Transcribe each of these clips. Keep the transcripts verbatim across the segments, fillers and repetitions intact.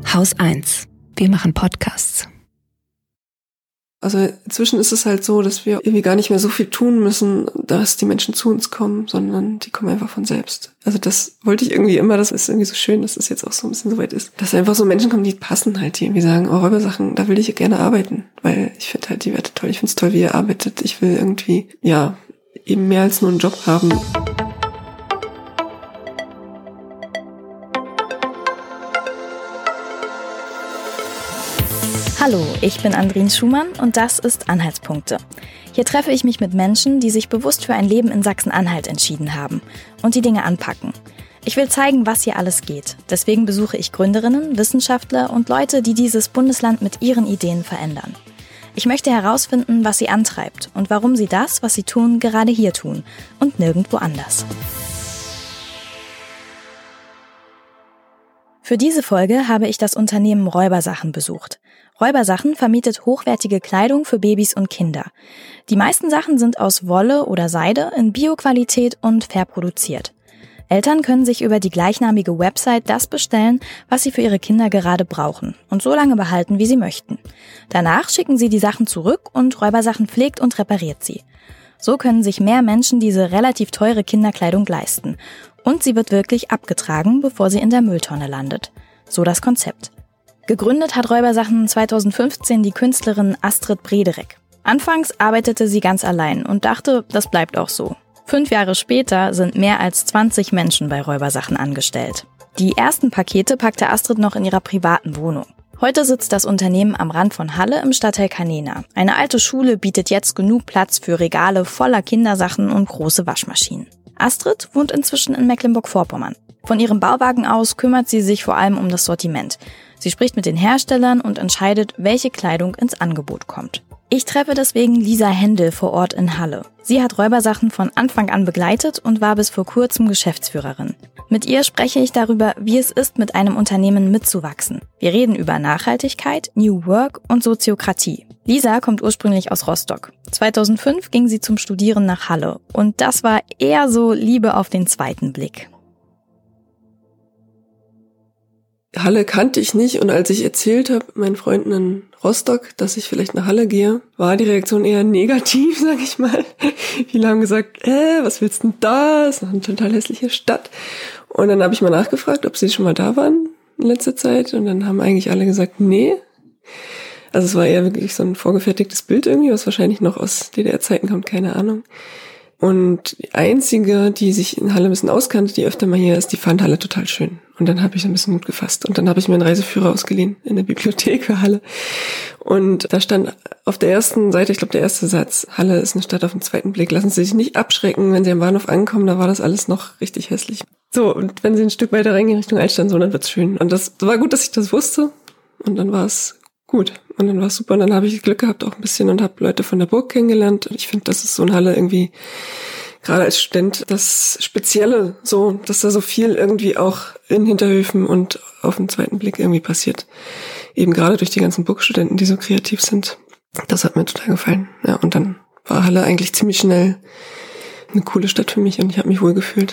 Haus eins. Wir machen Podcasts. Also inzwischen ist es halt so, dass wir irgendwie gar nicht mehr so viel tun müssen, dass die Menschen zu uns kommen, sondern die kommen einfach von selbst. Also das wollte ich irgendwie immer, das ist irgendwie so schön, dass das jetzt auch so ein bisschen so weit ist. Dass einfach so Menschen kommen, die passen halt, die irgendwie sagen, oh, Räubersachen, da will ich gerne arbeiten. Weil ich finde halt die Werte toll, ich finde es toll, wie ihr arbeitet. Ich will irgendwie, ja, eben mehr als nur einen Job haben. Hallo, ich bin Andrien Schumann und das ist Anhaltspunkte. Hier treffe ich mich mit Menschen, die sich bewusst für ein Leben in Sachsen-Anhalt entschieden haben und die Dinge anpacken. Ich will zeigen, was hier alles geht. Deswegen besuche ich Gründerinnen, Wissenschaftler und Leute, die dieses Bundesland mit ihren Ideen verändern. Ich möchte herausfinden, was sie antreibt und warum sie das, was sie tun, gerade hier tun und nirgendwo anders. Für diese Folge habe ich das Unternehmen Räubersachen besucht. Räubersachen vermietet hochwertige Kleidung für Babys und Kinder. Die meisten Sachen sind aus Wolle oder Seide in Bio-Qualität und fair produziert. Eltern können sich über die gleichnamige Website das bestellen, was sie für ihre Kinder gerade brauchen und so lange behalten, wie sie möchten. Danach schicken sie die Sachen zurück und Räubersachen pflegt und repariert sie. So können sich mehr Menschen diese relativ teure Kinderkleidung leisten. Und sie wird wirklich abgetragen, bevor sie in der Mülltonne landet. So das Konzept. Gegründet hat Räubersachen zweitausendfünfzehn die Künstlerin Astrid Brederek. Anfangs arbeitete sie ganz allein und dachte, das bleibt auch so. Fünf Jahre später sind mehr als zwanzig Menschen bei Räubersachen angestellt. Die ersten Pakete packte Astrid noch in ihrer privaten Wohnung. Heute sitzt das Unternehmen am Rand von Halle im Stadtteil Canena. Eine alte Schule bietet jetzt genug Platz für Regale voller Kindersachen und große Waschmaschinen. Astrid wohnt inzwischen in Mecklenburg-Vorpommern. Von ihrem Bauwagen aus kümmert sie sich vor allem um das Sortiment. Sie spricht mit den Herstellern und entscheidet, welche Kleidung ins Angebot kommt. Ich treffe deswegen Lisa Händel vor Ort in Halle. Sie hat Räubersachen von Anfang an begleitet und war bis vor kurzem Geschäftsführerin. Mit ihr spreche ich darüber, wie es ist, mit einem Unternehmen mitzuwachsen. Wir reden über Nachhaltigkeit, New Work und Soziokratie. Lisa kommt ursprünglich aus Rostock. zweitausendfünf ging sie zum Studieren nach Halle und das war eher so Liebe auf den zweiten Blick. Halle kannte ich nicht und als ich erzählt habe, meinen Freunden in Rostock, dass ich vielleicht nach Halle gehe, war die Reaktion eher negativ, sag ich mal. Viele haben gesagt, äh, was willst du denn da? Das ist noch eine total hässliche Stadt. Und dann habe ich mal nachgefragt, ob sie schon mal da waren in letzter Zeit und dann haben eigentlich alle gesagt, nee. Also es war eher wirklich so ein vorgefertigtes Bild irgendwie, was wahrscheinlich noch aus D D R-Zeiten kommt, keine Ahnung. Und die einzige, die sich in Halle ein bisschen auskannte, die öfter mal hier ist, die fand Halle total schön. Und dann habe ich ein bisschen Mut gefasst. Und dann habe ich mir einen Reiseführer ausgeliehen in der Bibliothek für Halle. Und da stand auf der ersten Seite, ich glaube der erste Satz, Halle ist eine Stadt auf den zweiten Blick. Lassen Sie sich nicht abschrecken, wenn Sie am Bahnhof ankommen, da war das alles noch richtig hässlich. So, und wenn Sie ein Stück weiter reingehen Richtung Altstadt, so, dann wird's schön. Und das war gut, dass ich das wusste. Und dann war es gut. Und dann war es super. Und dann habe ich Glück gehabt auch ein bisschen und habe Leute von der Burg kennengelernt. Und ich finde, das ist so in Halle irgendwie, gerade als Student, das Spezielle, so, dass da so viel irgendwie auch in Hinterhöfen und auf den zweiten Blick irgendwie passiert. Eben gerade durch die ganzen Burgstudenten, die so kreativ sind. Das hat mir total gefallen. Ja, und dann war Halle eigentlich ziemlich schnell eine coole Stadt für mich und ich habe mich wohl gefühlt.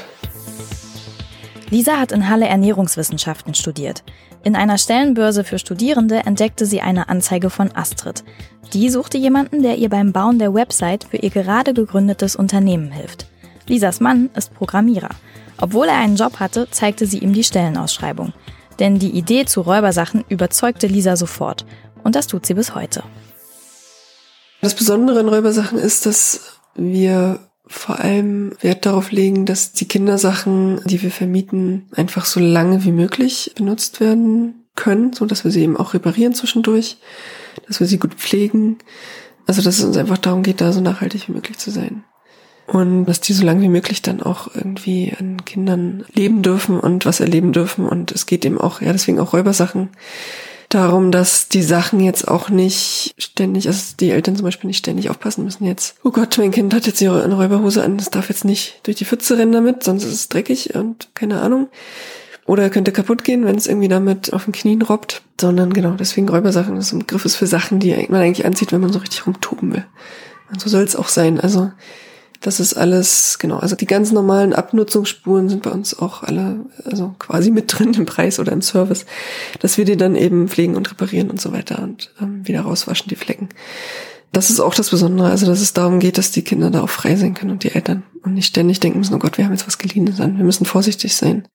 Lisa hat in Halle Ernährungswissenschaften studiert. In einer Stellenbörse für Studierende entdeckte sie eine Anzeige von Astrid. Die suchte jemanden, der ihr beim Bauen der Website für ihr gerade gegründetes Unternehmen hilft. Lisas Mann ist Programmierer. Obwohl er einen Job hatte, zeigte sie ihm die Stellenausschreibung. Denn die Idee zu Räubersachen überzeugte Lisa sofort. Und das tut sie bis heute. Das Besondere an Räubersachen ist, dass wir vor allem Wert darauf legen, dass die Kindersachen, die wir vermieten, einfach so lange wie möglich benutzt werden können, so dass wir sie eben auch reparieren zwischendurch, dass wir sie gut pflegen. Also dass es uns einfach darum geht, da so nachhaltig wie möglich zu sein. Und dass die so lange wie möglich dann auch irgendwie an Kindern leben dürfen und was erleben dürfen. Und es geht eben auch, ja deswegen auch Räubersachen, darum, dass die Sachen jetzt auch nicht ständig, also die Eltern zum Beispiel nicht ständig aufpassen müssen jetzt. Oh Gott, mein Kind hat jetzt hier eine Räuberhose an, das darf jetzt nicht durch die Pfütze rennen damit, sonst ist es dreckig und keine Ahnung. Oder könnte kaputt gehen, wenn es irgendwie damit auf den Knien robbt. Sondern genau, deswegen Räubersachen, das ein Begriff ist für Sachen, die man eigentlich anzieht, wenn man so richtig rumtoben will. Und so soll es auch sein. Also Das ist alles, genau, also die ganz normalen Abnutzungsspuren sind bei uns auch alle, also quasi mit drin im Preis oder im Service, dass wir die dann eben pflegen und reparieren und so weiter und ähm, wieder rauswaschen, die Flecken. Das ist auch das Besondere, also dass es darum geht, dass die Kinder da auch frei sein können und die Eltern und nicht ständig denken müssen, oh Gott, wir haben jetzt was Geliehenes an, wir müssen vorsichtig sein.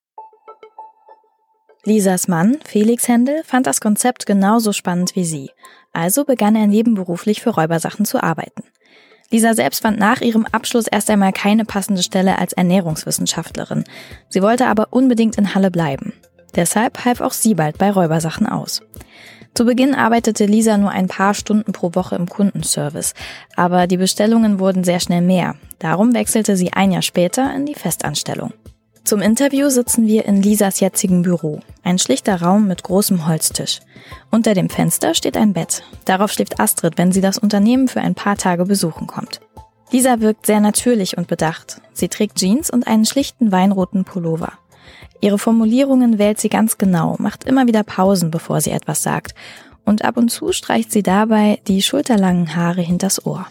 Lisas Mann, Felix Händel, fand das Konzept genauso spannend wie sie. Also begann er nebenberuflich für Räubersachen zu arbeiten. Lisa selbst fand nach ihrem Abschluss erst einmal keine passende Stelle als Ernährungswissenschaftlerin. Sie wollte aber unbedingt in Halle bleiben. Deshalb half auch sie bald bei Räubersachen aus. Zu Beginn arbeitete Lisa nur ein paar Stunden pro Woche im Kundenservice, aber die Bestellungen wurden sehr schnell mehr. Darum wechselte sie ein Jahr später in die Festanstellung. Zum Interview sitzen wir in Lisas jetzigem Büro. Ein schlichter Raum mit großem Holztisch. Unter dem Fenster steht ein Bett. Darauf schläft Astrid, wenn sie das Unternehmen für ein paar Tage besuchen kommt. Lisa wirkt sehr natürlich und bedacht. Sie trägt Jeans und einen schlichten weinroten Pullover. Ihre Formulierungen wählt sie ganz genau, macht immer wieder Pausen, bevor sie etwas sagt. Und ab und zu streicht sie dabei die schulterlangen Haare hinters Ohr.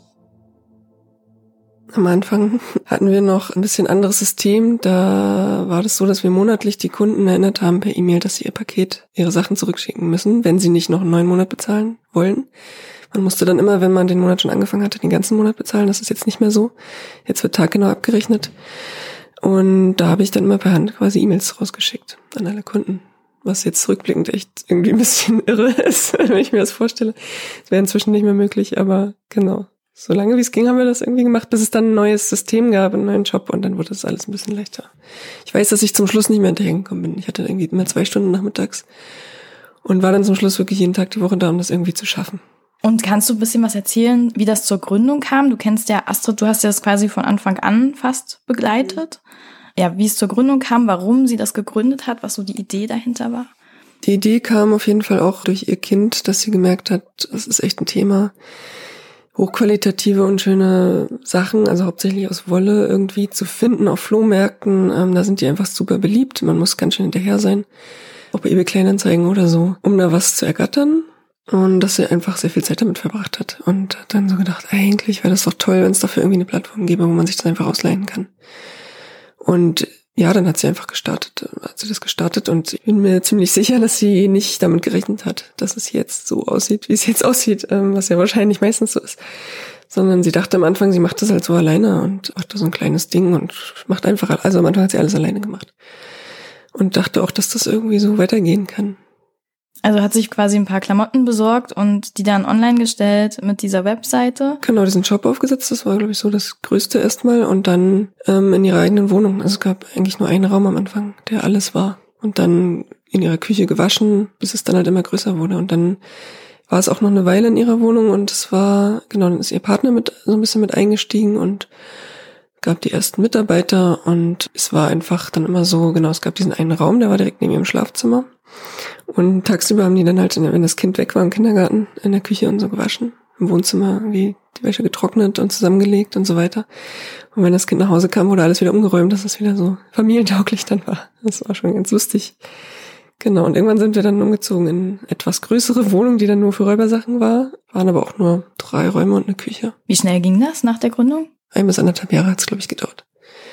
Am Anfang hatten wir noch ein bisschen anderes System. Da war das so, dass wir monatlich die Kunden erinnert haben per E-Mail, dass sie ihr Paket, ihre Sachen zurückschicken müssen, wenn sie nicht noch einen neuen Monat bezahlen wollen. Man musste dann immer, wenn man den Monat schon angefangen hatte, den ganzen Monat bezahlen. Das ist jetzt nicht mehr so. Jetzt wird taggenau abgerechnet. Und da habe ich dann immer per Hand quasi E-Mails rausgeschickt an alle Kunden. Was jetzt rückblickend echt irgendwie ein bisschen irre ist, wenn ich mir das vorstelle. Das wäre inzwischen nicht mehr möglich, aber genau. So lange wie es ging, haben wir das irgendwie gemacht, bis es dann ein neues System gab, einen neuen Job und dann wurde das alles ein bisschen leichter. Ich weiß, dass ich zum Schluss nicht mehr hinterhergekommen bin. Ich hatte irgendwie immer zwei Stunden nachmittags und war dann zum Schluss wirklich jeden Tag die Woche da, um das irgendwie zu schaffen. Und kannst du ein bisschen was erzählen, wie das zur Gründung kam? Du kennst ja Astrid, du hast ja das quasi von Anfang an fast begleitet. Ja, wie es zur Gründung kam, warum sie das gegründet hat, was so die Idee dahinter war? Die Idee kam auf jeden Fall auch durch ihr Kind, dass sie gemerkt hat, das ist echt ein Thema. Hochqualitative und schöne Sachen, also hauptsächlich aus Wolle irgendwie zu finden auf Flohmärkten. Ähm, da sind die einfach super beliebt. Man muss ganz schön hinterher sein, auch bei eBay Kleinanzeigen oder so, um da was zu ergattern. Und dass sie einfach sehr viel Zeit damit verbracht hat. Und hat dann so gedacht, eigentlich wäre das doch toll, wenn es dafür irgendwie eine Plattform gäbe, wo man sich das einfach ausleihen kann. Und ja, dann hat sie einfach gestartet, hat sie das gestartet und ich bin mir ziemlich sicher, dass sie nicht damit gerechnet hat, dass es jetzt so aussieht, wie es jetzt aussieht, was ja wahrscheinlich meistens so ist. Sondern sie dachte am Anfang, sie macht das halt so alleine und macht da so ein kleines Ding und macht einfach, also am Anfang hat sie alles alleine gemacht. Und dachte auch, dass das irgendwie so weitergehen kann. Also hat sich quasi ein paar Klamotten besorgt und die dann online gestellt mit dieser Webseite? Genau, diesen Shop aufgesetzt, das war, glaube ich, so das Größte erstmal und dann ähm, in ihrer eigenen Wohnung. Also es gab eigentlich nur einen Raum am Anfang, der alles war. Und dann in ihrer Küche gewaschen, bis es dann halt immer größer wurde. Und dann war es auch noch eine Weile in ihrer Wohnung und es war, genau, dann ist ihr Partner mit so ein bisschen mit eingestiegen und gab die ersten Mitarbeiter und es war einfach dann immer so, genau, es gab diesen einen Raum, der war direkt neben ihrem Schlafzimmer. Und tagsüber haben die dann halt, wenn das Kind weg war im Kindergarten, in der Küche und so gewaschen. Im Wohnzimmer irgendwie die Wäsche getrocknet und zusammengelegt und so weiter. Und wenn das Kind nach Hause kam, wurde alles wieder umgeräumt, dass es wieder so familientauglich dann war. Das war schon ganz lustig. Genau, und irgendwann sind wir dann umgezogen in etwas größere Wohnung, die dann nur für Räubersachen war. Waren aber auch nur drei Räume und eine Küche. Wie schnell ging das nach der Gründung? Ein bis anderthalb Jahre hat es, glaube ich, gedauert.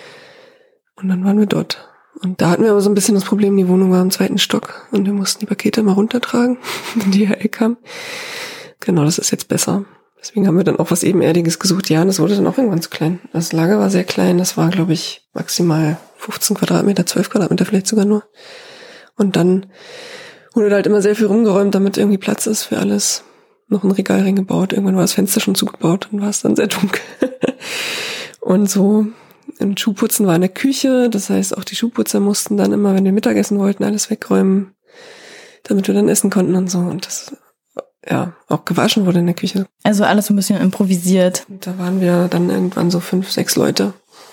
Und dann waren wir dort. Und da hatten wir aber so ein bisschen das Problem, die Wohnung war im zweiten Stock und wir mussten die Pakete mal runtertragen, wenn die D H L kam. Genau, das ist jetzt besser. Deswegen haben wir dann auch was Ebenerdiges gesucht. Ja, und das wurde dann auch irgendwann zu klein. Das Lager war sehr klein, das war, glaube ich, maximal fünfzehn Quadratmeter, zwölf Quadratmeter vielleicht sogar nur. Und dann wurde da halt immer sehr viel rumgeräumt, damit irgendwie Platz ist für alles. Noch ein Regal reingebaut, irgendwann war das Fenster schon zugebaut und war es dann sehr dunkel. Und so... Und Schuhputzen war in der Küche, das heißt auch die Schuhputzer mussten dann immer, wenn wir Mittagessen wollten, alles wegräumen, damit wir dann essen konnten und so. Und das, ja, auch gewaschen wurde in der Küche. Also alles so ein bisschen improvisiert. Und da waren wir dann irgendwann so fünf, sechs Leute.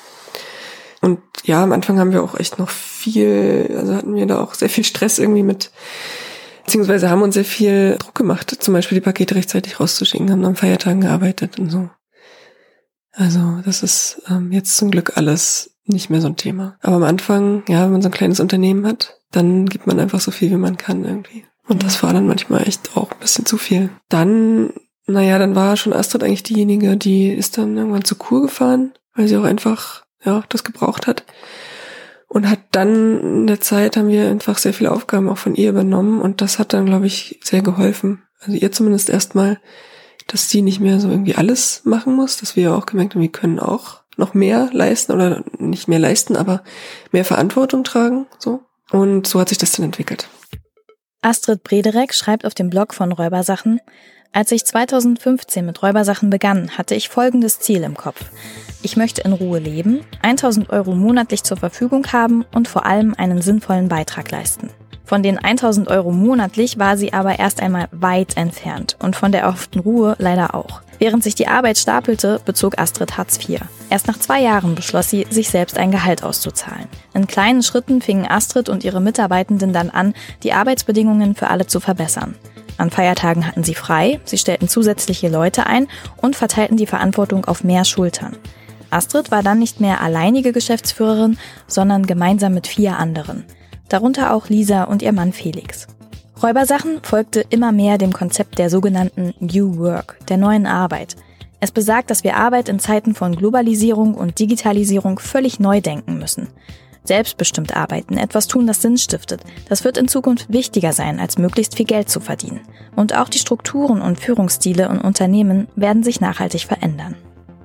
Und ja, am Anfang haben wir auch echt noch viel, also hatten wir da auch sehr viel Stress irgendwie mit, beziehungsweise haben uns sehr viel Druck gemacht, zum Beispiel die Pakete rechtzeitig rauszuschicken, haben an Feiertagen gearbeitet und so. Also das ist ähm, jetzt zum Glück alles nicht mehr so ein Thema. Aber am Anfang, ja, wenn man so ein kleines Unternehmen hat, dann gibt man einfach so viel, wie man kann irgendwie. Und das war dann manchmal echt auch ein bisschen zu viel. Dann naja, dann war schon Astrid eigentlich diejenige, die ist dann irgendwann zur Kur gefahren, weil sie auch einfach, ja, das gebraucht hat. Und hat dann in der Zeit haben wir einfach sehr viele Aufgaben auch von ihr übernommen und das hat dann, glaube ich, sehr geholfen. Also ihr zumindest erstmal, dass sie nicht mehr so irgendwie alles machen muss, dass wir auch gemerkt haben, wir können auch noch mehr leisten oder nicht mehr leisten, aber mehr Verantwortung tragen, so. Und so hat sich das dann entwickelt. Astrid Brederek schreibt auf dem Blog von Räubersachen: Als ich zweitausendfünfzehn mit Räubersachen begann, hatte ich folgendes Ziel im Kopf. Ich möchte in Ruhe leben, tausend Euro monatlich zur Verfügung haben und vor allem einen sinnvollen Beitrag leisten. Von den tausend Euro monatlich war sie aber erst einmal weit entfernt und von der erhofften Ruhe leider auch. Während sich die Arbeit stapelte, bezog Astrid Hartz vier. Erst nach zwei Jahren beschloss sie, sich selbst ein Gehalt auszuzahlen. In kleinen Schritten fingen Astrid und ihre Mitarbeitenden dann an, die Arbeitsbedingungen für alle zu verbessern. An Feiertagen hatten sie frei, sie stellten zusätzliche Leute ein und verteilten die Verantwortung auf mehr Schultern. Astrid war dann nicht mehr alleinige Geschäftsführerin, sondern gemeinsam mit vier anderen. Darunter auch Lisa und ihr Mann Felix. Räubersachen folgte immer mehr dem Konzept der sogenannten New Work, der neuen Arbeit. Es besagt, dass wir Arbeit in Zeiten von Globalisierung und Digitalisierung völlig neu denken müssen. Selbstbestimmt arbeiten, etwas tun, das Sinn stiftet, das wird in Zukunft wichtiger sein, als möglichst viel Geld zu verdienen. Und auch die Strukturen und Führungsstile in Unternehmen werden sich nachhaltig verändern.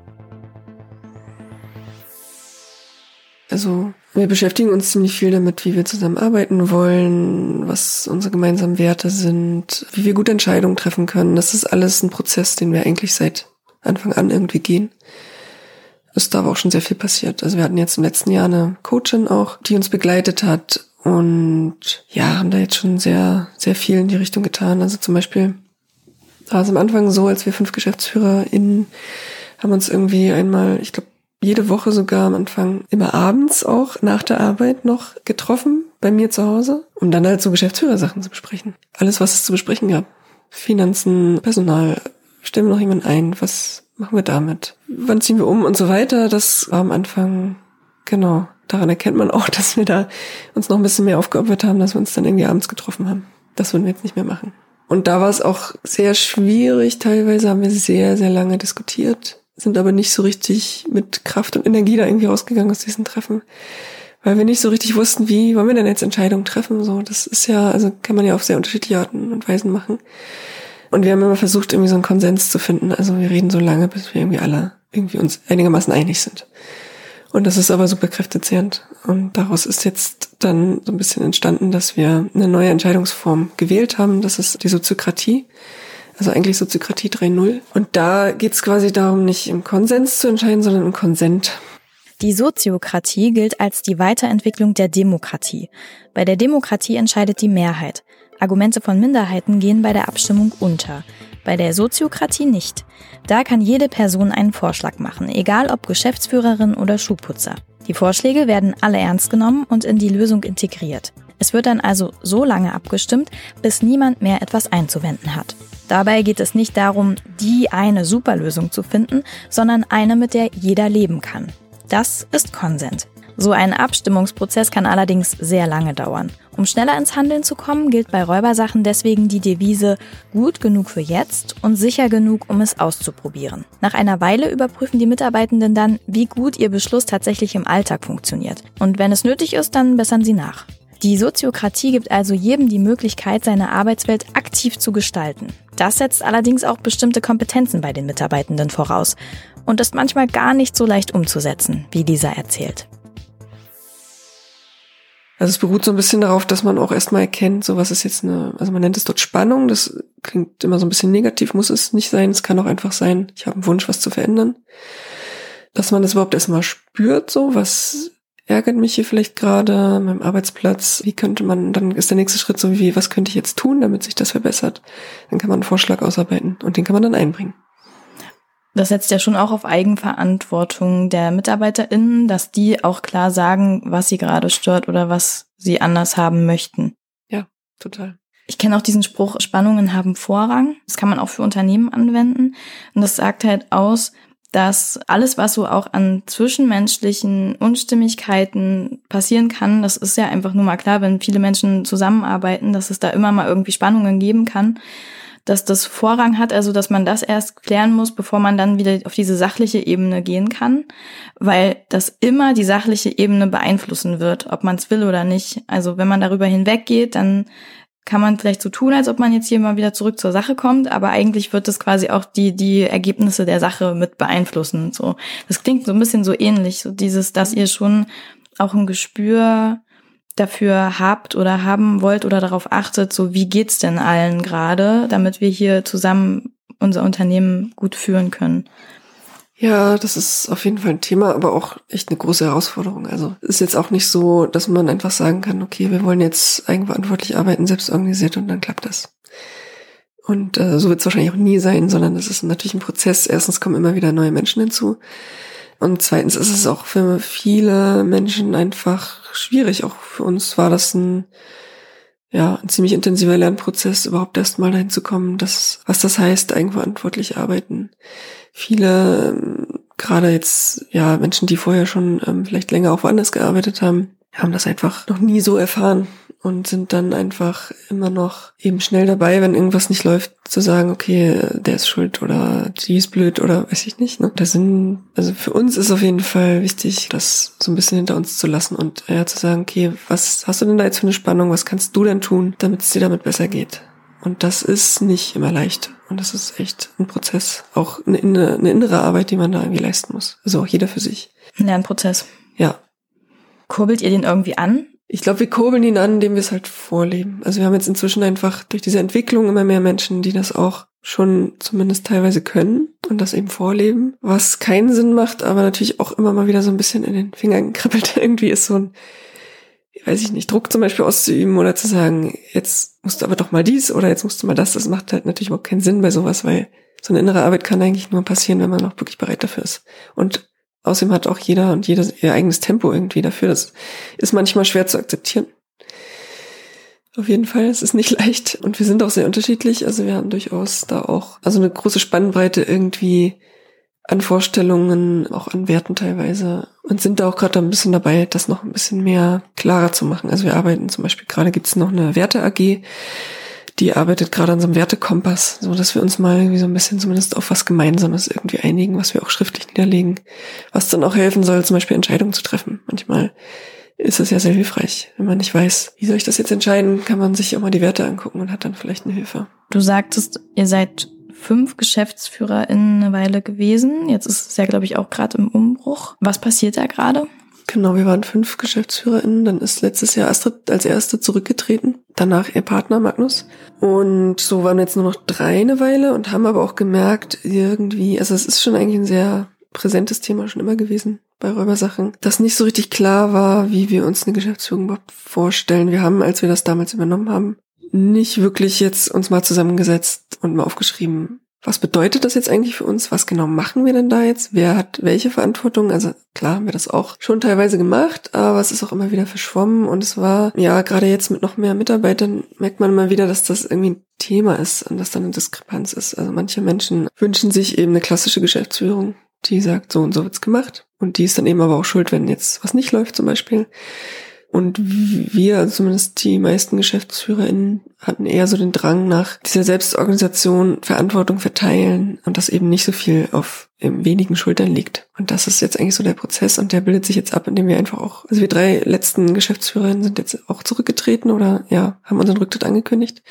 Also wir beschäftigen uns ziemlich viel damit, wie wir zusammenarbeiten wollen, was unsere gemeinsamen Werte sind, wie wir gute Entscheidungen treffen können. Das ist alles ein Prozess, den wir eigentlich seit Anfang an irgendwie gehen. Es ist da aber auch schon sehr viel passiert. Also wir hatten jetzt im letzten Jahr eine Coachin auch, die uns begleitet hat und ja, haben da jetzt schon sehr, sehr viel in die Richtung getan. Also zum Beispiel war es am Anfang so, als wir fünf GeschäftsführerInnen haben uns irgendwie einmal, ich glaube, jede Woche sogar am Anfang immer abends auch nach der Arbeit noch getroffen bei mir zu Hause, um dann halt so Geschäftsführersachen zu besprechen. Alles, was es zu besprechen gab. Finanzen, Personal, stellen wir noch jemanden ein, was machen wir damit? Wann ziehen wir um und so weiter? Das war am Anfang, genau, daran erkennt man auch, dass wir da uns noch ein bisschen mehr aufgeopfert haben, dass wir uns dann irgendwie abends getroffen haben. Das würden wir jetzt nicht mehr machen. Und da war es auch sehr schwierig. Teilweise haben wir sehr, sehr lange diskutiert, sind aber nicht so richtig mit Kraft und Energie da irgendwie rausgegangen aus diesen Treffen, weil wir nicht so richtig wussten, wie wollen wir denn jetzt Entscheidungen treffen. So, das ist ja, also kann man ja auf sehr unterschiedliche Arten und Weisen machen. Und wir haben immer versucht, irgendwie so einen Konsens zu finden. Also wir reden so lange, bis wir irgendwie alle irgendwie uns einigermaßen einig sind. Und das ist aber super kräftezehrend. Und daraus ist jetzt dann so ein bisschen entstanden, dass wir eine neue Entscheidungsform gewählt haben. Das ist die Soziokratie. Also eigentlich Soziokratie drei Punkt null. Und da geht es quasi darum, nicht im Konsens zu entscheiden, sondern im Konsent. Die Soziokratie gilt als die Weiterentwicklung der Demokratie. Bei der Demokratie entscheidet die Mehrheit. Argumente von Minderheiten gehen bei der Abstimmung unter. Bei der Soziokratie nicht. Da kann jede Person einen Vorschlag machen, egal ob Geschäftsführerin oder Schuhputzer. Die Vorschläge werden alle ernst genommen und in die Lösung integriert. Es wird dann also so lange abgestimmt, bis niemand mehr etwas einzuwenden hat. Dabei geht es nicht darum, die eine Superlösung zu finden, sondern eine, mit der jeder leben kann. Das ist Konsens. So ein Abstimmungsprozess kann allerdings sehr lange dauern. Um schneller ins Handeln zu kommen, gilt bei Räubersachen deswegen die Devise gut genug für jetzt und sicher genug, um es auszuprobieren. Nach einer Weile überprüfen die Mitarbeitenden dann, wie gut ihr Beschluss tatsächlich im Alltag funktioniert. Und wenn es nötig ist, dann bessern sie nach. Die Soziokratie gibt also jedem die Möglichkeit, seine Arbeitswelt aktiv zu gestalten. Das setzt allerdings auch bestimmte Kompetenzen bei den Mitarbeitenden voraus und ist manchmal gar nicht so leicht umzusetzen, wie Lisa erzählt. Also es beruht so ein bisschen darauf, dass man auch erstmal erkennt, so was ist jetzt eine, also man nennt es dort Spannung, das klingt immer so ein bisschen negativ, muss es nicht sein, es kann auch einfach sein, ich habe einen Wunsch, was zu verändern. Dass man das überhaupt erstmal spürt, so was ärgert mich hier vielleicht gerade an meinem Arbeitsplatz, wie könnte man, dann ist der nächste Schritt so wie, was könnte ich jetzt tun, damit sich das verbessert. Dann kann man einen Vorschlag ausarbeiten und den kann man dann einbringen. Das setzt ja schon auch auf Eigenverantwortung der MitarbeiterInnen, dass die auch klar sagen, was sie gerade stört oder was sie anders haben möchten. Ja, total. Ich kenne auch diesen Spruch, Spannungen haben Vorrang. Das kann man auch für Unternehmen anwenden. Und das sagt halt aus, dass alles, was so auch an zwischenmenschlichen Unstimmigkeiten passieren kann, das ist ja einfach nur mal klar, wenn viele Menschen zusammenarbeiten, dass es da immer mal irgendwie Spannungen geben kann, dass das Vorrang hat, also dass man das erst klären muss, bevor man dann wieder auf diese sachliche Ebene gehen kann, weil das immer die sachliche Ebene beeinflussen wird, ob man es will oder nicht. Also wenn man darüber hinweggeht, dann kann man vielleicht so tun, als ob man jetzt hier mal wieder zurück zur Sache kommt, aber eigentlich wird das quasi auch die die Ergebnisse der Sache mit beeinflussen. So, das klingt so ein bisschen so ähnlich, so dieses, dass ihr schon auch ein Gespür dafür habt oder haben wollt oder darauf achtet, so wie geht's denn allen gerade, damit wir hier zusammen unser Unternehmen gut führen können. Ja, das ist auf jeden Fall ein Thema, aber auch echt eine große Herausforderung. Also es ist jetzt auch nicht so, dass man einfach sagen kann, okay, wir wollen jetzt eigenverantwortlich arbeiten, selbst organisiert und dann klappt das. Und äh, so wird es wahrscheinlich auch nie sein, sondern es ist natürlich ein Prozess. Erstens kommen immer wieder neue Menschen hinzu. Und zweitens ist es auch für viele Menschen einfach schwierig. Auch für uns war das ein, ja, ein ziemlich intensiver Lernprozess, überhaupt erst mal dahin zu kommen, dass, was das heißt, eigenverantwortlich arbeiten. Viele, gerade jetzt, ja, Menschen, die vorher schon ähm, vielleicht länger auch woanders gearbeitet haben, haben das einfach noch nie so erfahren und sind dann einfach immer noch eben schnell dabei, wenn irgendwas nicht läuft, zu sagen, okay, der ist schuld oder die ist blöd oder weiß ich nicht. Ne? Das sind, also für uns ist auf jeden Fall wichtig, das so ein bisschen hinter uns zu lassen und ja, zu sagen, okay, was hast du denn da jetzt für eine Spannung, was kannst du denn tun, damit es dir damit besser geht? Und das ist nicht immer leicht. Und das ist echt ein Prozess, auch eine, eine innere Arbeit, die man da irgendwie leisten muss. Also auch jeder für sich. Ein Lernprozess. Ja. Kurbelt ihr den irgendwie an? Ich glaube, wir kurbeln ihn an, indem wir es halt vorleben. Also wir haben jetzt inzwischen einfach durch diese Entwicklung immer mehr Menschen, die das auch schon zumindest teilweise können und das eben vorleben. Was keinen Sinn macht, aber natürlich auch immer mal wieder so ein bisschen in den Fingern kribbelt. Irgendwie ist so ein, weiß ich nicht, Druck zum Beispiel auszuüben oder zu sagen, jetzt musst du aber doch mal dies oder jetzt musst du mal das. Das macht halt natürlich überhaupt keinen Sinn bei sowas, weil so eine innere Arbeit kann eigentlich nur passieren, wenn man auch wirklich bereit dafür ist. Und außerdem hat auch jeder und jeder ihr eigenes Tempo irgendwie dafür. Das ist manchmal schwer zu akzeptieren. Auf jeden Fall, es ist nicht leicht und wir sind auch sehr unterschiedlich. Also wir haben durchaus da auch also eine große Spannbreite irgendwie an Vorstellungen, auch an Werten teilweise und sind da auch gerade ein bisschen dabei, das noch ein bisschen mehr klarer zu machen. Also wir arbeiten zum Beispiel, gerade gibt es noch eine Werte-A G, die arbeitet gerade an so einem Wertekompass, so dass wir uns mal irgendwie so ein bisschen zumindest auf was Gemeinsames irgendwie einigen, was wir auch schriftlich niederlegen, was dann auch helfen soll, zum Beispiel Entscheidungen zu treffen. Manchmal ist es ja sehr hilfreich, wenn man nicht weiß, wie soll ich das jetzt entscheiden, kann man sich auch mal die Werte angucken und hat dann vielleicht eine Hilfe. Du sagtest, ihr seid fünf GeschäftsführerInnen eine Weile gewesen. Jetzt ist es ja, glaube ich, auch gerade im Umbruch. Was passiert da gerade? Genau, wir waren fünf GeschäftsführerInnen. Dann ist letztes Jahr Astrid als erste zurückgetreten. Danach ihr Partner Magnus. Und so waren wir jetzt nur noch drei eine Weile und haben aber auch gemerkt, irgendwie, also es ist schon eigentlich ein sehr präsentes Thema schon immer gewesen bei Räubersachen, dass nicht so richtig klar war, wie wir uns eine Geschäftsführung überhaupt vorstellen. Wir haben, als wir das damals übernommen haben, nicht wirklich jetzt uns mal zusammengesetzt und mal aufgeschrieben, was bedeutet das jetzt eigentlich für uns? Was genau machen wir denn da jetzt? Wer hat welche Verantwortung? Also klar haben wir das auch schon teilweise gemacht, aber es ist auch immer wieder verschwommen und es war, ja, gerade jetzt mit noch mehr Mitarbeitern merkt man immer wieder, dass das irgendwie ein Thema ist und dass dann eine Diskrepanz ist. Also manche Menschen wünschen sich eben eine klassische Geschäftsführung, die sagt, so und so wird's gemacht und die ist dann eben aber auch schuld, wenn jetzt was nicht läuft zum Beispiel. Und wir, also zumindest die meisten GeschäftsführerInnen, hatten eher so den Drang nach dieser Selbstorganisation, Verantwortung verteilen und dass eben nicht so viel auf eben wenigen Schultern liegt. Und das ist jetzt eigentlich so der Prozess und der bildet sich jetzt ab, indem wir einfach auch, also wir drei letzten GeschäftsführerInnen sind jetzt auch zurückgetreten oder ja, haben unseren Rücktritt angekündigt.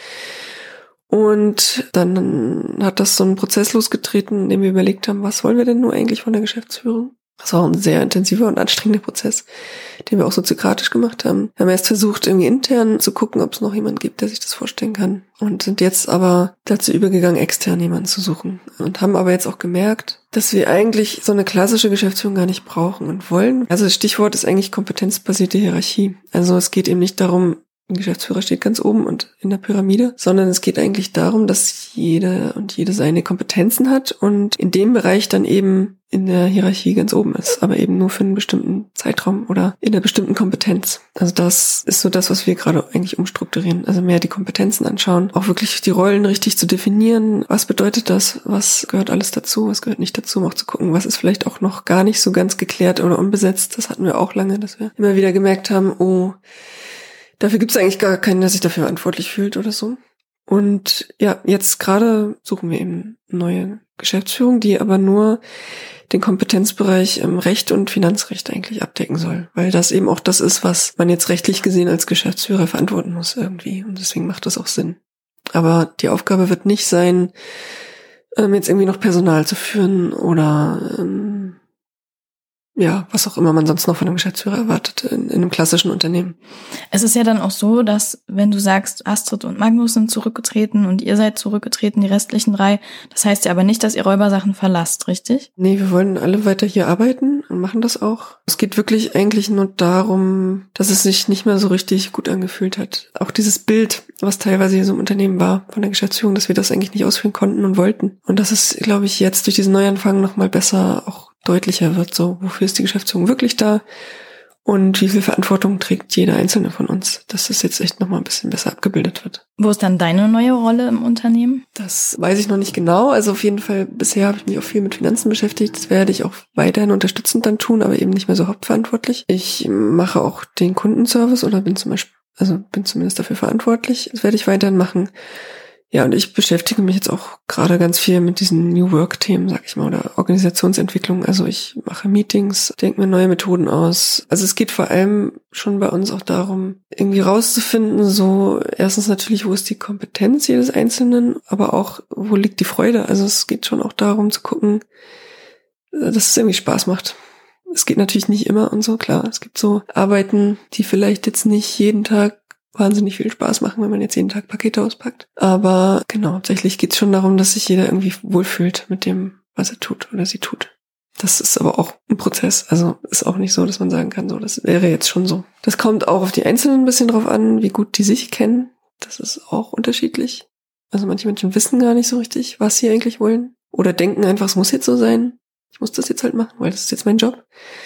Und dann hat das so einen Prozess losgetreten, in dem wir überlegt haben, was wollen wir denn nur eigentlich von der Geschäftsführung? Das war ein sehr intensiver und anstrengender Prozess, den wir auch soziokratisch gemacht haben. Wir haben erst versucht, irgendwie intern zu gucken, ob es noch jemanden gibt, der sich das vorstellen kann. Und sind jetzt aber dazu übergegangen, extern jemanden zu suchen. Und haben aber jetzt auch gemerkt, dass wir eigentlich so eine klassische Geschäftsführung gar nicht brauchen und wollen. Also das Stichwort ist eigentlich kompetenzbasierte Hierarchie. Also es geht eben nicht darum, ein Geschäftsführer steht ganz oben und in der Pyramide, sondern es geht eigentlich darum, dass jede und jede seine Kompetenzen hat und in dem Bereich dann eben in der Hierarchie ganz oben ist, aber eben nur für einen bestimmten Zeitraum oder in einer bestimmten Kompetenz. Also das ist so das, was wir gerade eigentlich umstrukturieren. Also mehr die Kompetenzen anschauen, auch wirklich die Rollen richtig zu definieren. Was bedeutet das? Was gehört alles dazu? Was gehört nicht dazu? Um auch zu gucken, was ist vielleicht auch noch gar nicht so ganz geklärt oder unbesetzt. Das hatten wir auch lange, dass wir immer wieder gemerkt haben, oh, dafür gibt es eigentlich gar keinen, der sich dafür verantwortlich fühlt oder so. Und ja, jetzt gerade suchen wir eben neue Geschäftsführung, die aber nur den Kompetenzbereich ähm, Recht und Finanzrecht eigentlich abdecken soll, weil das eben auch das ist, was man jetzt rechtlich gesehen als Geschäftsführer verantworten muss irgendwie, und deswegen macht das auch Sinn. Aber die Aufgabe wird nicht sein, ähm, jetzt irgendwie noch Personal zu führen oder ähm, ja, was auch immer man sonst noch von einem Geschäftsführer erwartet in, in einem klassischen Unternehmen. Es ist ja dann auch so, dass wenn du sagst, Astrid und Magnus sind zurückgetreten und ihr seid zurückgetreten, die restlichen drei, das heißt ja aber nicht, dass ihr Räubersachen verlasst, richtig? Nee, wir wollen alle weiter hier arbeiten und machen das auch. Es geht wirklich eigentlich nur darum, dass es sich nicht mehr so richtig gut angefühlt hat. Auch dieses Bild, was teilweise hier so im Unternehmen war von der Geschäftsführung, dass wir das eigentlich nicht ausführen konnten und wollten. Und dass es, glaube ich, jetzt durch diesen Neuanfang nochmal besser auch deutlicher wird, so, wofür ist die Geschäftsführung wirklich da und wie viel Verantwortung trägt jeder Einzelne von uns, dass das jetzt echt nochmal ein bisschen besser abgebildet wird. Wo ist dann deine neue Rolle im Unternehmen? Das weiß ich noch nicht genau, also auf jeden Fall, bisher habe ich mich auch viel mit Finanzen beschäftigt, das werde ich auch weiterhin unterstützend dann tun, aber eben nicht mehr so hauptverantwortlich. Ich mache auch den Kundenservice oder bin zum Beispiel, also bin zumindest dafür verantwortlich, das werde ich weiterhin machen. Ja, und ich beschäftige mich jetzt auch gerade ganz viel mit diesen New Work-Themen, sag ich mal, oder Organisationsentwicklung. Also ich mache Meetings, denke mir neue Methoden aus. Also es geht vor allem schon bei uns auch darum, irgendwie rauszufinden, so erstens natürlich, wo ist die Kompetenz jedes Einzelnen, aber auch, wo liegt die Freude. Also es geht schon auch darum zu gucken, dass es irgendwie Spaß macht. Es geht natürlich nicht immer und so, klar. Es gibt so Arbeiten, die vielleicht jetzt nicht jeden Tag wahnsinnig viel Spaß machen, wenn man jetzt jeden Tag Pakete auspackt. Aber genau, hauptsächlich geht es schon darum, dass sich jeder irgendwie wohlfühlt mit dem, was er tut oder sie tut. Das ist aber auch ein Prozess. Also ist auch nicht so, dass man sagen kann, so, das wäre jetzt schon so. Das kommt auch auf die Einzelnen ein bisschen drauf an, wie gut die sich kennen. Das ist auch unterschiedlich. Also manche Menschen wissen gar nicht so richtig, was sie eigentlich wollen. Oder denken einfach, es muss jetzt so sein. Ich muss das jetzt halt machen, weil das ist jetzt mein Job.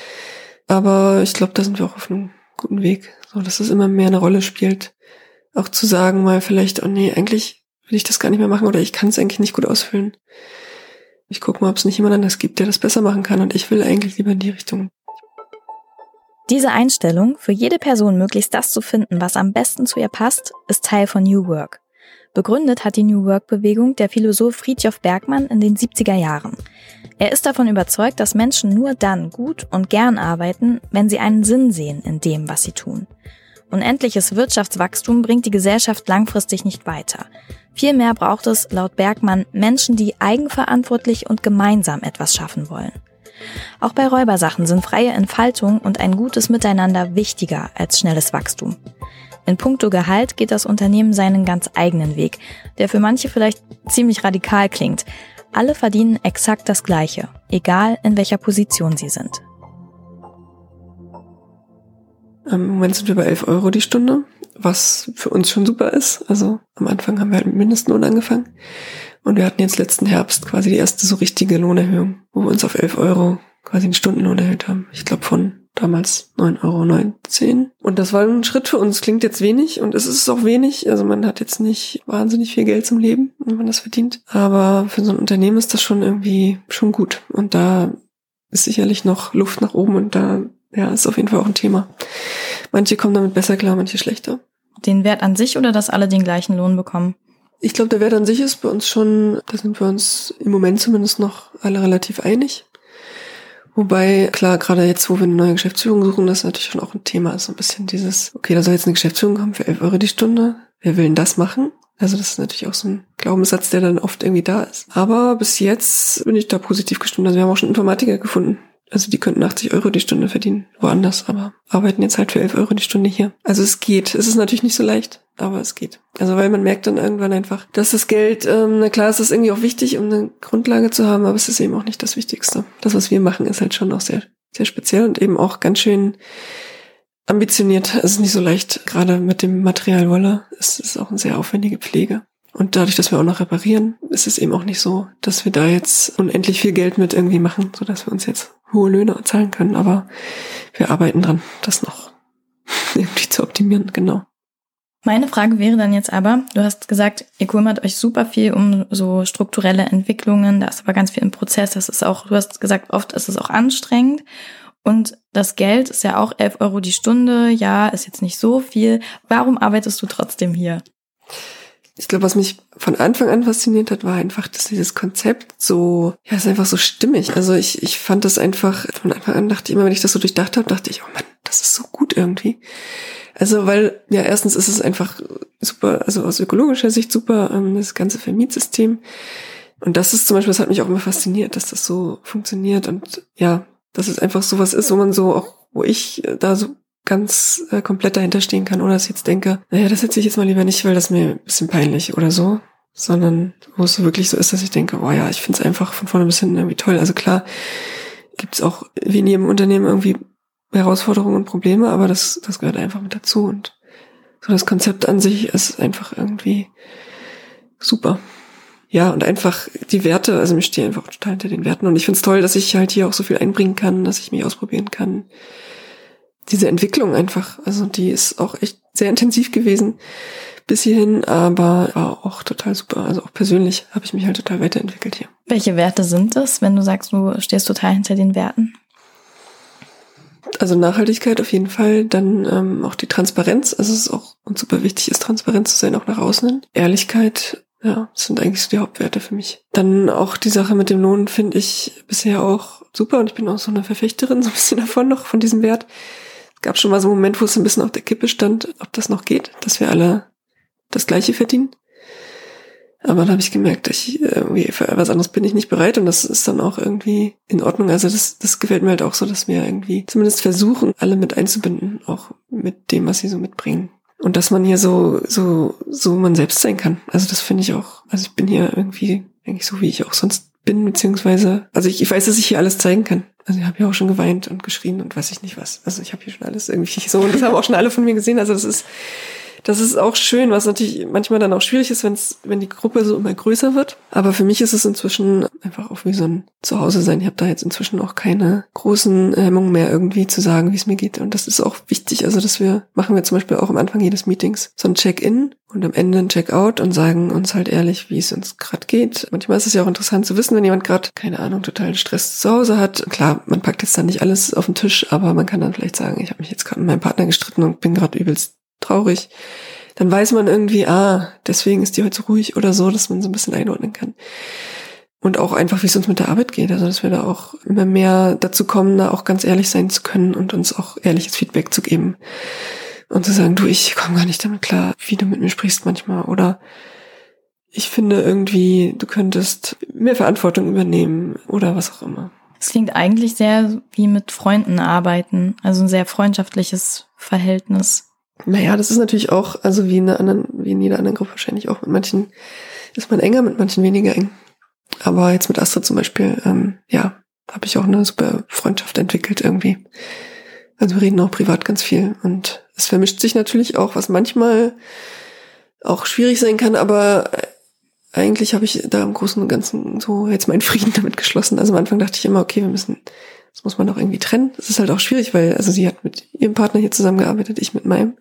Aber ich glaube, da sind wir auch auf einem guten Weg, so dass es immer mehr eine Rolle spielt, auch zu sagen mal vielleicht, oh nee, eigentlich will ich das gar nicht mehr machen oder ich kann es eigentlich nicht gut ausfüllen. Ich gucke mal, ob es nicht jemand anderes gibt, der das besser machen kann und ich will eigentlich lieber in die Richtung. Diese Einstellung, für jede Person möglichst das zu finden, was am besten zu ihr passt, ist Teil von New Work. Begründet hat die New Work-Bewegung der Philosoph Fridtjof Bergmann in den siebziger Jahren. Er ist davon überzeugt, dass Menschen nur dann gut und gern arbeiten, wenn sie einen Sinn sehen in dem, was sie tun. Unendliches Wirtschaftswachstum bringt die Gesellschaft langfristig nicht weiter. Vielmehr braucht es, laut Bergmann, Menschen, die eigenverantwortlich und gemeinsam etwas schaffen wollen. Auch bei Räubersachen sind freie Entfaltung und ein gutes Miteinander wichtiger als schnelles Wachstum. In puncto Gehalt geht das Unternehmen seinen ganz eigenen Weg, der für manche vielleicht ziemlich radikal klingt. Alle verdienen exakt das Gleiche, egal in welcher Position sie sind. Im Moment sind wir bei elf Euro die Stunde, was für uns schon super ist. Also am Anfang haben wir halt mit Mindestlohn angefangen und wir hatten jetzt letzten Herbst quasi die erste so richtige Lohnerhöhung, wo wir uns auf elf Euro quasi den Stundenlohn erhöht haben. Ich glaube von damals neun Euro neunzehn. Und das war ein Schritt für uns. Klingt jetzt wenig und es ist auch wenig. Also man hat jetzt nicht wahnsinnig viel Geld zum Leben, wenn man das verdient. Aber für so ein Unternehmen ist das schon irgendwie schon gut. Und da ist sicherlich noch Luft nach oben und da ja ist auf jeden Fall auch ein Thema. Manche kommen damit besser klar, manche schlechter. Den Wert an sich oder dass alle den gleichen Lohn bekommen? Ich glaube, der Wert an sich ist bei uns schon, da sind wir uns im Moment zumindest noch alle relativ einig. Wobei, klar, gerade jetzt, wo wir eine neue Geschäftsführung suchen, das natürlich schon auch ein Thema ist. So ein bisschen dieses, okay, da soll jetzt eine Geschäftsführung kommen für elf Euro die Stunde. Wer will denn das machen? Also das ist natürlich auch so ein Glaubenssatz, der dann oft irgendwie da ist. Aber bis jetzt bin ich da positiv gestimmt. Also wir haben auch schon Informatiker gefunden. Also die könnten achtzig Euro die Stunde verdienen, woanders, aber arbeiten jetzt halt für elf Euro die Stunde hier. Also es geht. Es ist natürlich nicht so leicht, aber es geht. Also weil man merkt dann irgendwann einfach, dass das Geld, ähm, na klar, es ist irgendwie auch wichtig, um eine Grundlage zu haben, aber es ist eben auch nicht das Wichtigste. Das, was wir machen, ist halt schon auch sehr, sehr speziell und eben auch ganz schön ambitioniert. Es ist nicht so leicht, gerade mit dem Material Wolle. Es ist auch eine sehr aufwendige Pflege. Und dadurch, dass wir auch noch reparieren, ist es eben auch nicht so, dass wir da jetzt unendlich viel Geld mit irgendwie machen, sodass wir uns jetzt hohe Löhne zahlen können. Aber wir arbeiten dran, das noch irgendwie zu optimieren, genau. Meine Frage wäre dann jetzt aber, du hast gesagt, ihr kümmert euch super viel um so strukturelle Entwicklungen, da ist aber ganz viel im Prozess, das ist auch, du hast gesagt, oft ist es auch anstrengend. Und das Geld ist ja auch elf Euro die Stunde, ja, ist jetzt nicht so viel. Warum arbeitest du trotzdem hier? Ich glaube, was mich von Anfang an fasziniert hat, war einfach, dass dieses Konzept so, ja, ist einfach so stimmig. Also ich, ich fand das einfach, von Anfang an dachte ich immer, wenn ich das so durchdacht habe, dachte ich, oh Mann, das ist so gut irgendwie. Also, weil, ja, erstens ist es einfach super, also aus ökologischer Sicht super, ähm, das ganze Vermietsystem. Und das ist zum Beispiel, das hat mich auch immer fasziniert, dass das so funktioniert und ja, dass es einfach sowas ist, wo man so auch, wo ich da so ganz äh, komplett dahinter stehen kann, oder dass ich jetzt denke, naja, das setze ich jetzt mal lieber nicht, weil das mir ein bisschen peinlich oder so, sondern wo es so wirklich so ist, dass ich denke, oh ja, ich finde es einfach von vorne bis hinten irgendwie toll. Also klar, gibt es auch wie in jedem Unternehmen irgendwie Herausforderungen und Probleme, aber das, das gehört einfach mit dazu und so das Konzept an sich ist einfach irgendwie super. Ja, und einfach die Werte, also ich stehe einfach total hinter den Werten und ich finde es toll, dass ich halt hier auch so viel einbringen kann, dass ich mich ausprobieren kann. Diese Entwicklung einfach, also die ist auch echt sehr intensiv gewesen bis hierhin, aber war auch total super. Also auch persönlich habe ich mich halt total weiterentwickelt hier. Welche Werte sind das, wenn du sagst, du stehst total hinter den Werten? Also Nachhaltigkeit auf jeden Fall, dann ähm, auch die Transparenz, also es ist auch uns super wichtig ist, transparent zu sein, auch nach außen hin. Ehrlichkeit, ja, das sind eigentlich so die Hauptwerte für mich. Dann auch die Sache mit dem Lohn finde ich bisher auch super und ich bin auch so eine Verfechterin so ein bisschen davon noch, von diesem Wert. Es gab schon mal so einen Moment, wo es ein bisschen auf der Kippe stand, ob das noch geht, dass wir alle das Gleiche verdienen. Aber dann habe ich gemerkt, ich irgendwie für was anderes bin ich nicht bereit und das ist dann auch irgendwie in Ordnung. Also das, das gefällt mir halt auch so, dass wir irgendwie zumindest versuchen, alle mit einzubinden, auch mit dem, was sie so mitbringen. Und dass man hier so so so man selbst sein kann. Also das finde ich auch. Also ich bin hier irgendwie eigentlich so, wie ich auch sonst bin, beziehungsweise also ich, ich weiß, dass ich hier alles zeigen kann. Also ich habe hier auch schon geweint und geschrien und weiß ich nicht was. Also ich habe hier schon alles irgendwie so und das haben auch schon alle von mir gesehen. Also das ist Das ist auch schön, was natürlich manchmal dann auch schwierig ist, wenn's, wenn die Gruppe so immer größer wird. Aber für mich ist es inzwischen einfach auch wie so ein Zuhause sein. Ich habe da jetzt inzwischen auch keine großen Hemmungen mehr, irgendwie zu sagen, wie es mir geht. Und das ist auch wichtig. Also, dass wir, machen wir zum Beispiel auch am Anfang jedes Meetings so ein Check-in und am Ende ein Check-out und sagen uns halt ehrlich, wie es uns gerade geht. Manchmal ist es ja auch interessant zu wissen, wenn jemand gerade, keine Ahnung, totalen Stress zu Hause hat. Klar, man packt jetzt dann nicht alles auf den Tisch, aber man kann dann vielleicht sagen, ich habe mich jetzt gerade mit meinem Partner gestritten und bin gerade übelst traurig, dann weiß man irgendwie, ah, deswegen ist die heute so ruhig oder so, dass man so ein bisschen einordnen kann. Und auch einfach, wie es uns mit der Arbeit geht, also dass wir da auch immer mehr dazu kommen, da auch ganz ehrlich sein zu können und uns auch ehrliches Feedback zu geben und zu sagen, du, ich komme gar nicht damit klar, wie du mit mir sprichst manchmal oder ich finde irgendwie, du könntest mehr Verantwortung übernehmen oder was auch immer. Es klingt eigentlich sehr wie mit Freunden arbeiten, also ein sehr freundschaftliches Verhältnis. Naja, das ist natürlich auch, also wie in einer anderen, wie in jeder anderen Gruppe wahrscheinlich auch. Mit manchen ist man enger, mit manchen weniger eng. Aber jetzt mit Astrid zum Beispiel, ähm, ja, habe ich auch eine super Freundschaft entwickelt irgendwie. Also wir reden auch privat ganz viel und es vermischt sich natürlich auch, was manchmal auch schwierig sein kann, aber eigentlich habe ich da im Großen und Ganzen so jetzt meinen Frieden damit geschlossen. Also am Anfang dachte ich immer, okay, wir müssen, das muss man doch irgendwie trennen. Das ist halt auch schwierig, weil, also sie hat mit ihrem Partner hier zusammengearbeitet, ich mit meinem.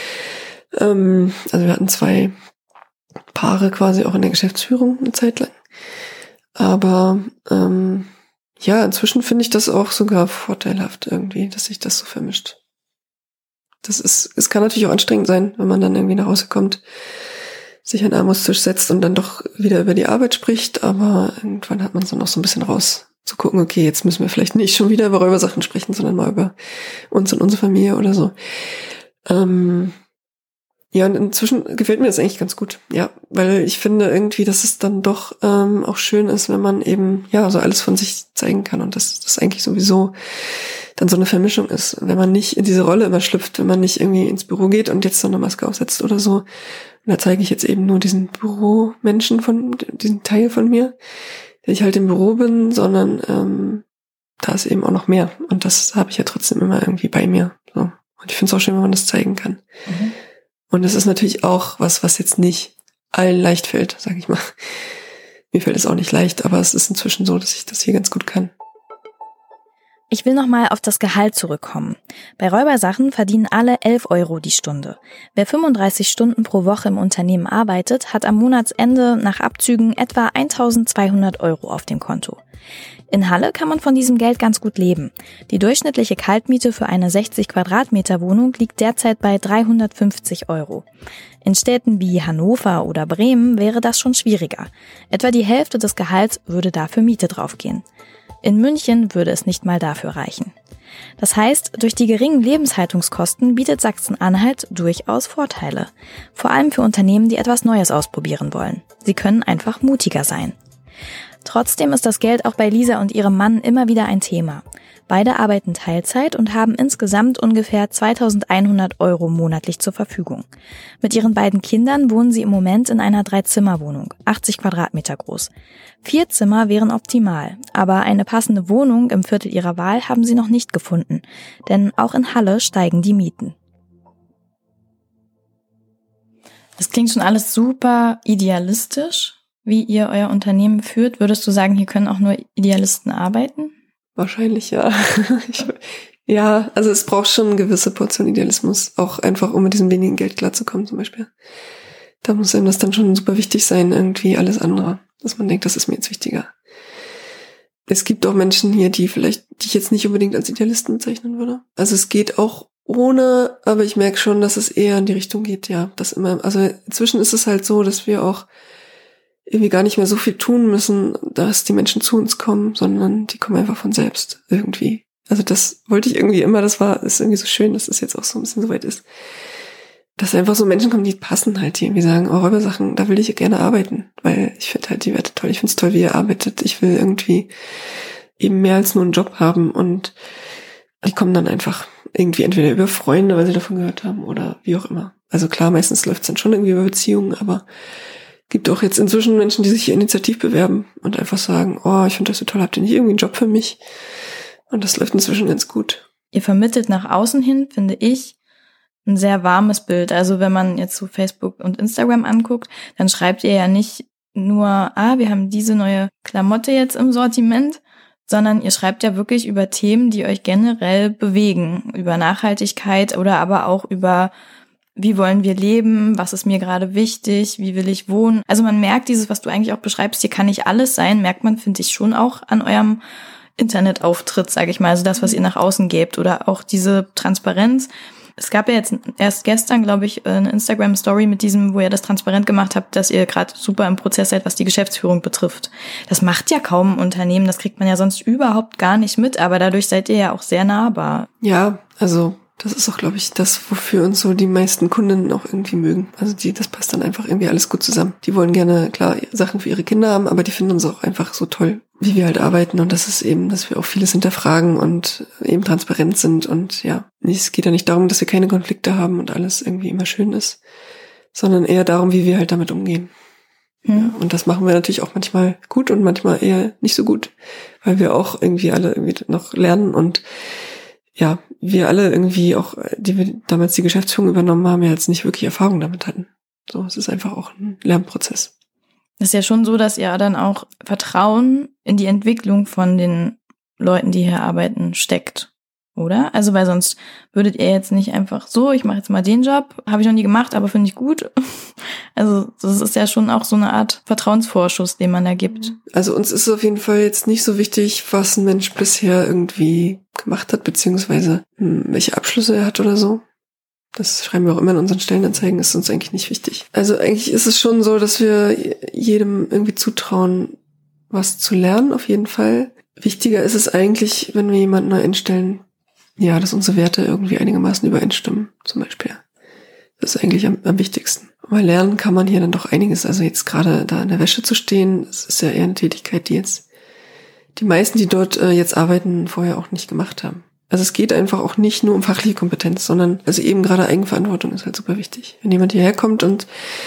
Ähm, also wir hatten zwei Paare quasi auch in der Geschäftsführung eine Zeit lang. Aber ähm, ja, inzwischen finde ich das auch sogar vorteilhaft irgendwie, dass sich das so vermischt. Das ist, es kann natürlich auch anstrengend sein, wenn man dann irgendwie nach Hause kommt, sich an den Armutstisch setzt und dann doch wieder über die Arbeit spricht, aber irgendwann hat man es dann auch so ein bisschen raus zu gucken, okay, jetzt müssen wir vielleicht nicht schon wieder über Räubersachen sprechen, sondern mal über uns und unsere Familie oder so. Ähm, ja, und inzwischen gefällt mir das eigentlich ganz gut, ja, weil ich finde irgendwie, dass es dann doch ähm, auch schön ist, wenn man eben, ja, so alles von sich zeigen kann und dass das eigentlich sowieso dann so eine Vermischung ist, wenn man nicht in diese Rolle immer schlüpft, wenn man nicht irgendwie ins Büro geht und jetzt so eine Maske aufsetzt oder so. Und da zeige ich jetzt eben nur diesen Büromenschen von, diesen Teil von mir, der ich halt im Büro bin, sondern ähm, da ist eben auch noch mehr. Und das habe ich ja trotzdem immer irgendwie bei mir. So. Und ich finde es auch schön, wenn man das zeigen kann. Mhm. Und es ist natürlich auch was, was jetzt nicht allen leicht fällt, sage ich mal. Mir fällt es auch nicht leicht, aber es ist inzwischen so, dass ich das hier ganz gut kann. Ich will nochmal auf das Gehalt zurückkommen. Bei Räubersachen verdienen alle elf Euro die Stunde. Wer fünfunddreißig Stunden pro Woche im Unternehmen arbeitet, hat am Monatsende nach Abzügen etwa eintausendzweihundert Euro auf dem Konto. In Halle kann man von diesem Geld ganz gut leben. Die durchschnittliche Kaltmiete für eine sechzig Quadratmeter Wohnung liegt derzeit bei dreihundertfünfzig Euro. In Städten wie Hannover oder Bremen wäre das schon schwieriger. Etwa die Hälfte des Gehalts würde dafür Miete draufgehen. In München würde es nicht mal dafür reichen. Das heißt, durch die geringen Lebenshaltungskosten bietet Sachsen-Anhalt durchaus Vorteile. Vor allem für Unternehmen, die etwas Neues ausprobieren wollen. Sie können einfach mutiger sein. Trotzdem ist das Geld auch bei Lisa und ihrem Mann immer wieder ein Thema. Beide arbeiten Teilzeit und haben insgesamt ungefähr zweitausendeinhundert Euro monatlich zur Verfügung. Mit ihren beiden Kindern wohnen sie im Moment in einer Drei-Zimmer-Wohnung, achtzig Quadratmeter groß. Vier Zimmer wären optimal, aber eine passende Wohnung im Viertel ihrer Wahl haben sie noch nicht gefunden, denn auch in Halle steigen die Mieten. Das klingt schon alles super idealistisch, wie ihr euer Unternehmen führt. Würdest du sagen, hier können auch nur Idealisten arbeiten? Wahrscheinlich ja. Ich, ja, also es braucht schon eine gewisse Portion Idealismus, auch einfach, um mit diesem wenigen Geld klarzukommen zum Beispiel. Da muss einem das dann schon super wichtig sein, irgendwie alles andere, dass man denkt, das ist mir jetzt wichtiger. Es gibt auch Menschen hier, die vielleicht, die ich jetzt nicht unbedingt als Idealisten bezeichnen würde. Also es geht auch ohne, aber ich merke schon, dass es eher in die Richtung geht, ja. Das immer, also inzwischen ist es halt so, dass wir auch irgendwie gar nicht mehr so viel tun müssen, dass die Menschen zu uns kommen, sondern die kommen einfach von selbst irgendwie. Also das wollte ich irgendwie immer, das war, ist irgendwie so schön, dass es jetzt auch so ein bisschen so weit ist. Dass einfach so Menschen kommen, die passen halt, die irgendwie sagen, oh, Räubersachen, da will ich gerne arbeiten, weil ich finde halt die Werte toll, ich finde es toll, wie ihr arbeitet, ich will irgendwie eben mehr als nur einen Job haben und die kommen dann einfach irgendwie entweder über Freunde, weil sie davon gehört haben oder wie auch immer. Also klar, meistens läuft es dann schon irgendwie über Beziehungen, aber gibt auch jetzt inzwischen Menschen, die sich hier initiativ bewerben und einfach sagen, oh, ich finde das so toll, habt ihr nicht irgendwie einen Job für mich? Und das läuft inzwischen ganz gut. Ihr vermittelt nach außen hin, finde ich, ein sehr warmes Bild. Also wenn man jetzt so Facebook und Instagram anguckt, dann schreibt ihr ja nicht nur, ah, wir haben diese neue Klamotte jetzt im Sortiment, sondern ihr schreibt ja wirklich über Themen, die euch generell bewegen, über Nachhaltigkeit oder aber auch über wie wollen wir leben, was ist mir gerade wichtig, wie will ich wohnen. Also man merkt dieses, was du eigentlich auch beschreibst, hier kann nicht alles sein, merkt man, finde ich, schon auch an eurem Internetauftritt, sage ich mal, also das, was ihr nach außen gebt oder auch diese Transparenz. Es gab ja jetzt erst gestern, glaube ich, eine Instagram-Story mit diesem, wo ihr das transparent gemacht habt, dass ihr gerade super im Prozess seid, was die Geschäftsführung betrifft. Das macht ja kaum ein Unternehmen, das kriegt man ja sonst überhaupt gar nicht mit, aber dadurch seid ihr ja auch sehr nahbar. Ja, also das ist auch, glaube ich, das, wofür uns so die meisten Kunden auch irgendwie mögen. Also die, das passt dann einfach irgendwie alles gut zusammen. Die wollen gerne, klar, Sachen für ihre Kinder haben, aber die finden uns auch einfach so toll, wie wir halt arbeiten. Und das ist eben, dass wir auch vieles hinterfragen und eben transparent sind. Und ja, es geht ja nicht darum, dass wir keine Konflikte haben und alles irgendwie immer schön ist, sondern eher darum, wie wir halt damit umgehen. Hm. Ja, und das machen wir natürlich auch manchmal gut und manchmal eher nicht so gut, weil wir auch irgendwie alle irgendwie noch lernen und ja, wir alle irgendwie auch, die wir damals die Geschäftsführung übernommen haben, ja jetzt nicht wirklich Erfahrung damit hatten. So, es ist einfach auch ein Lernprozess. Das ist ja schon so, dass ihr dann auch Vertrauen in die Entwicklung von den Leuten, die hier arbeiten, steckt, oder? Also weil sonst würdet ihr jetzt nicht einfach so, ich mache jetzt mal den Job, habe ich noch nie gemacht, aber finde ich gut. Also das ist ja schon auch so eine Art Vertrauensvorschuss, den man da gibt. Also uns ist auf jeden Fall jetzt nicht so wichtig, was ein Mensch bisher irgendwie gemacht hat, beziehungsweise welche Abschlüsse er hat oder so. Das schreiben wir auch immer in unseren Stellenanzeigen, ist uns eigentlich nicht wichtig. Also eigentlich ist es schon so, dass wir jedem irgendwie zutrauen, was zu lernen, auf jeden Fall. Wichtiger ist es eigentlich, wenn wir jemanden neu einstellen, ja, dass unsere Werte irgendwie einigermaßen übereinstimmen, zum Beispiel. Das ist eigentlich am, am wichtigsten. Weil lernen kann man hier dann doch einiges. Also jetzt gerade da in der Wäsche zu stehen, das ist ja eher eine Tätigkeit, die jetzt die meisten, die dort äh, jetzt arbeiten, vorher auch nicht gemacht haben. Also es geht einfach auch nicht nur um fachliche Kompetenz, sondern also eben gerade Eigenverantwortung ist halt super wichtig. Wenn jemand hierher kommt und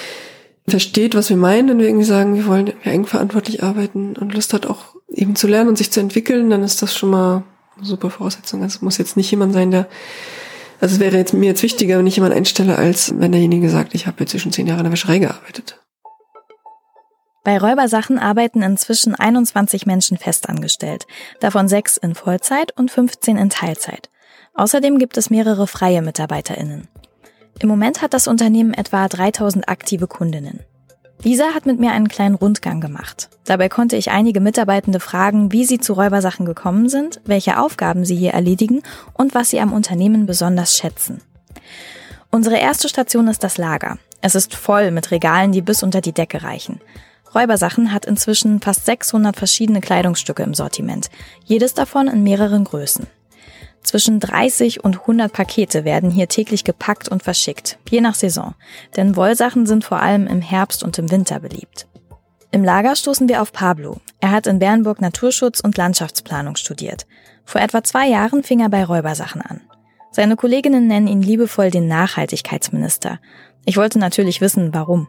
versteht, was wir meinen, wenn wir irgendwie sagen, wir wollen irgendwie eigenverantwortlich arbeiten und Lust hat auch eben zu lernen und sich zu entwickeln, dann ist das schon mal eine super Voraussetzung. Also es muss jetzt nicht jemand sein, der, also es wäre jetzt mir jetzt wichtiger, wenn ich jemanden einstelle, als wenn derjenige sagt, ich habe jetzt schon zehn Jahre in der Wäscherei gearbeitet. Bei Räubersachen arbeiten inzwischen einundzwanzig Menschen festangestellt, davon sechs in Vollzeit und fünfzehn in Teilzeit. Außerdem gibt es mehrere freie MitarbeiterInnen. Im Moment hat das Unternehmen etwa dreitausend aktive Kundinnen. Lisa hat mit mir einen kleinen Rundgang gemacht. Dabei konnte ich einige Mitarbeitende fragen, wie sie zu Räubersachen gekommen sind, welche Aufgaben sie hier erledigen und was sie am Unternehmen besonders schätzen. Unsere erste Station ist das Lager. Es ist voll mit Regalen, die bis unter die Decke reichen. Räubersachen hat inzwischen fast sechshundert verschiedene Kleidungsstücke im Sortiment, jedes davon in mehreren Größen. Zwischen dreißig und hundert Pakete werden hier täglich gepackt und verschickt, je nach Saison, denn Wollsachen sind vor allem im Herbst und im Winter beliebt. Im Lager stoßen wir auf Pablo. Er hat in Bernburg Naturschutz und Landschaftsplanung studiert. Vor etwa zwei Jahren fing er bei Räubersachen an. Seine Kolleginnen nennen ihn liebevoll den Nachhaltigkeitsminister. Ich wollte natürlich wissen, warum.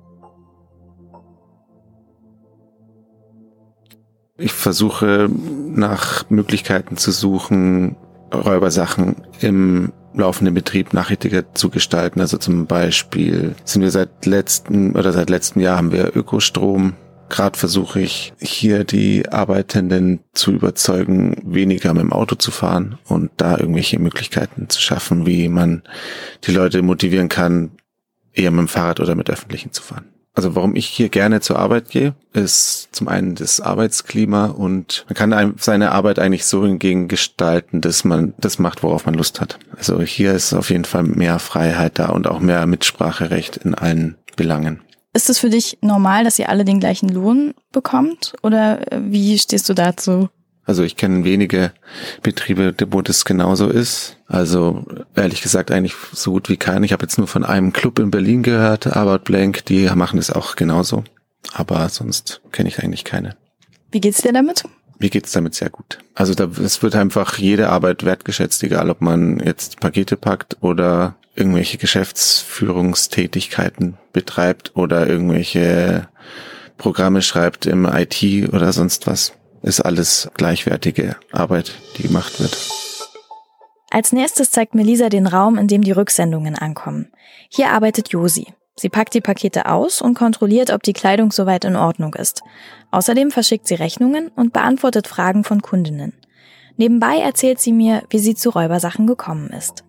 Ich versuche nach Möglichkeiten zu suchen, Räubersachen im laufenden Betrieb nachhaltiger zu gestalten. Also zum Beispiel sind wir seit letzten oder seit letztem Jahr haben wir Ökostrom. Gerade versuche ich hier die Arbeitenden zu überzeugen, weniger mit dem Auto zu fahren und da irgendwelche Möglichkeiten zu schaffen, wie man die Leute motivieren kann, eher mit dem Fahrrad oder mit Öffentlichen zu fahren. Also warum ich hier gerne zur Arbeit gehe, ist zum einen das Arbeitsklima und man kann seine Arbeit eigentlich so hingegen gestalten, dass man das macht, worauf man Lust hat. Also hier ist auf jeden Fall mehr Freiheit da und auch mehr Mitspracherecht in allen Belangen. Ist es für dich normal, dass ihr alle den gleichen Lohn bekommt oder wie stehst du dazu? Also ich kenne wenige Betriebe, wo das genauso ist. Also ehrlich gesagt eigentlich so gut wie keinen. Ich habe jetzt nur von einem Club in Berlin gehört, About Blank, die machen das auch genauso. Aber sonst kenne ich eigentlich keine. Wie geht's dir damit? Mir geht's damit sehr gut. Also da, es wird einfach jede Arbeit wertgeschätzt, egal ob man jetzt Pakete packt oder irgendwelche Geschäftsführungstätigkeiten betreibt oder irgendwelche Programme schreibt im I T oder sonst was. Ist alles gleichwertige Arbeit, die gemacht wird. Als nächstes zeigt mir Lisa den Raum, in dem die Rücksendungen ankommen. Hier arbeitet Josi. Sie packt die Pakete aus und kontrolliert, ob die Kleidung soweit in Ordnung ist. Außerdem verschickt sie Rechnungen und beantwortet Fragen von Kundinnen. Nebenbei erzählt sie mir, wie sie zu Räubersachen gekommen ist.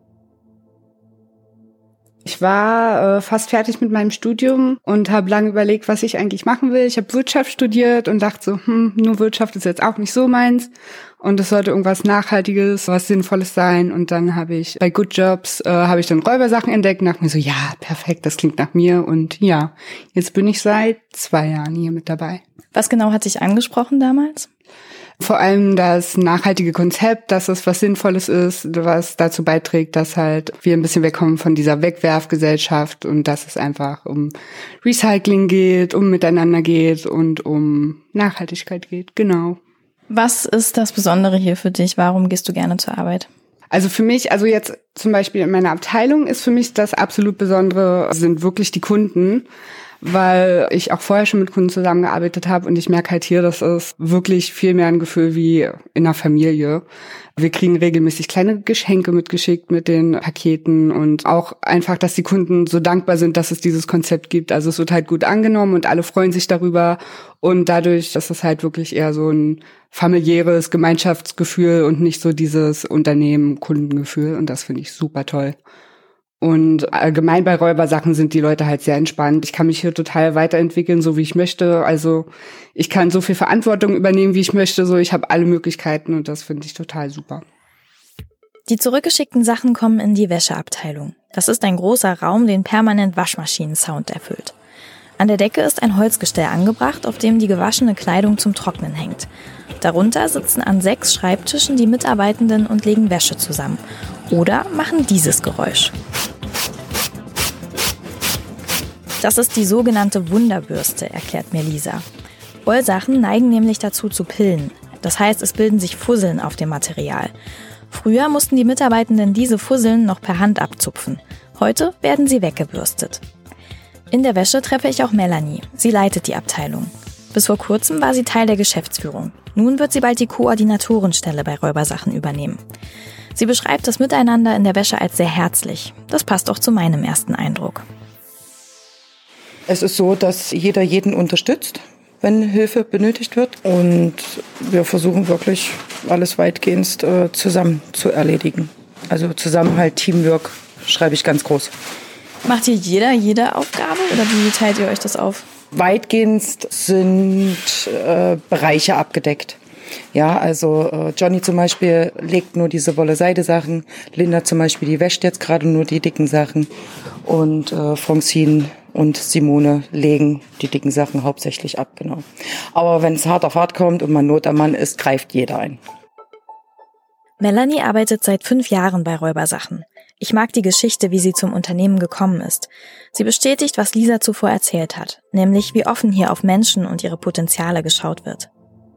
Ich war äh, fast fertig mit meinem Studium und habe lange überlegt, was ich eigentlich machen will. Ich habe Wirtschaft studiert und dachte so, hm, nur Wirtschaft ist jetzt auch nicht so meins. Und es sollte irgendwas Nachhaltiges, was Sinnvolles sein. Und dann habe ich bei Good Jobs, äh, habe ich dann Räubersachen entdeckt und dachte mir so, ja, perfekt, das klingt nach mir. Und ja, jetzt bin ich seit zwei Jahren hier mit dabei. Was genau hat dich angesprochen damals? Vor allem das nachhaltige Konzept, dass es was Sinnvolles ist, was dazu beiträgt, dass halt wir ein bisschen wegkommen von dieser Wegwerfgesellschaft und dass es einfach um Recycling geht, um Miteinander geht und um Nachhaltigkeit geht. Genau. Was ist das Besondere hier für dich? Warum gehst du gerne zur Arbeit? Also für mich, also jetzt zum Beispiel in meiner Abteilung ist für mich das absolut Besondere, sind wirklich die Kunden, weil ich auch vorher schon mit Kunden zusammengearbeitet habe und ich merke halt hier, das ist wirklich viel mehr ein Gefühl wie in einer Familie. Wir kriegen regelmäßig kleine Geschenke mitgeschickt mit den Paketen und auch einfach, dass die Kunden so dankbar sind, dass es dieses Konzept gibt. Also es wird halt gut angenommen und alle freuen sich darüber und dadurch, dass es halt wirklich eher so ein familiäres Gemeinschaftsgefühl und nicht so dieses Unternehmen-Kundengefühl und das finde ich super toll. Und allgemein bei Räubersachen sind die Leute halt sehr entspannt. Ich kann mich hier total weiterentwickeln, so wie ich möchte. Also ich kann so viel Verantwortung übernehmen, wie ich möchte. So, ich habe alle Möglichkeiten und das finde ich total super. Die zurückgeschickten Sachen kommen in die Wäscheabteilung. Das ist ein großer Raum, den permanent Waschmaschinen-Sound erfüllt. An der Decke ist ein Holzgestell angebracht, auf dem die gewaschene Kleidung zum Trocknen hängt. Darunter sitzen an sechs Schreibtischen die Mitarbeitenden und legen Wäsche zusammen. Oder machen dieses Geräusch. Das ist die sogenannte Wunderbürste, erklärt mir Lisa. Wollsachen neigen nämlich dazu zu pillen. Das heißt, es bilden sich Fusseln auf dem Material. Früher mussten die Mitarbeitenden diese Fusseln noch per Hand abzupfen. Heute werden sie weggebürstet. In der Wäsche treffe ich auch Melanie. Sie leitet die Abteilung. Bis vor kurzem war sie Teil der Geschäftsführung. Nun wird sie bald die Koordinatorenstelle bei Räubersachen übernehmen. Sie beschreibt das Miteinander in der Wäsche als sehr herzlich. Das passt auch zu meinem ersten Eindruck. Es ist so, dass jeder jeden unterstützt, wenn Hilfe benötigt wird. Und wir versuchen wirklich alles weitgehend äh, zusammen zu erledigen. Also Zusammenhalt, Teamwork schreibe ich ganz groß. Macht hier jeder jede Aufgabe oder wie teilt ihr euch das auf? Weitgehend sind äh, Bereiche abgedeckt. Ja, also äh, Johnny zum Beispiel legt nur diese Wolle-Seide-Sachen, Linda zum Beispiel, die wäscht jetzt gerade nur die dicken Sachen und äh, Francine und Simone legen die dicken Sachen hauptsächlich ab, genau. Aber wenn es hart auf hart kommt und man Not am Mann ist, greift jeder ein. Melanie arbeitet seit fünf Jahren bei Räubersachen. Ich mag die Geschichte, wie sie zum Unternehmen gekommen ist. Sie bestätigt, was Lisa zuvor erzählt hat, nämlich wie offen hier auf Menschen und ihre Potenziale geschaut wird.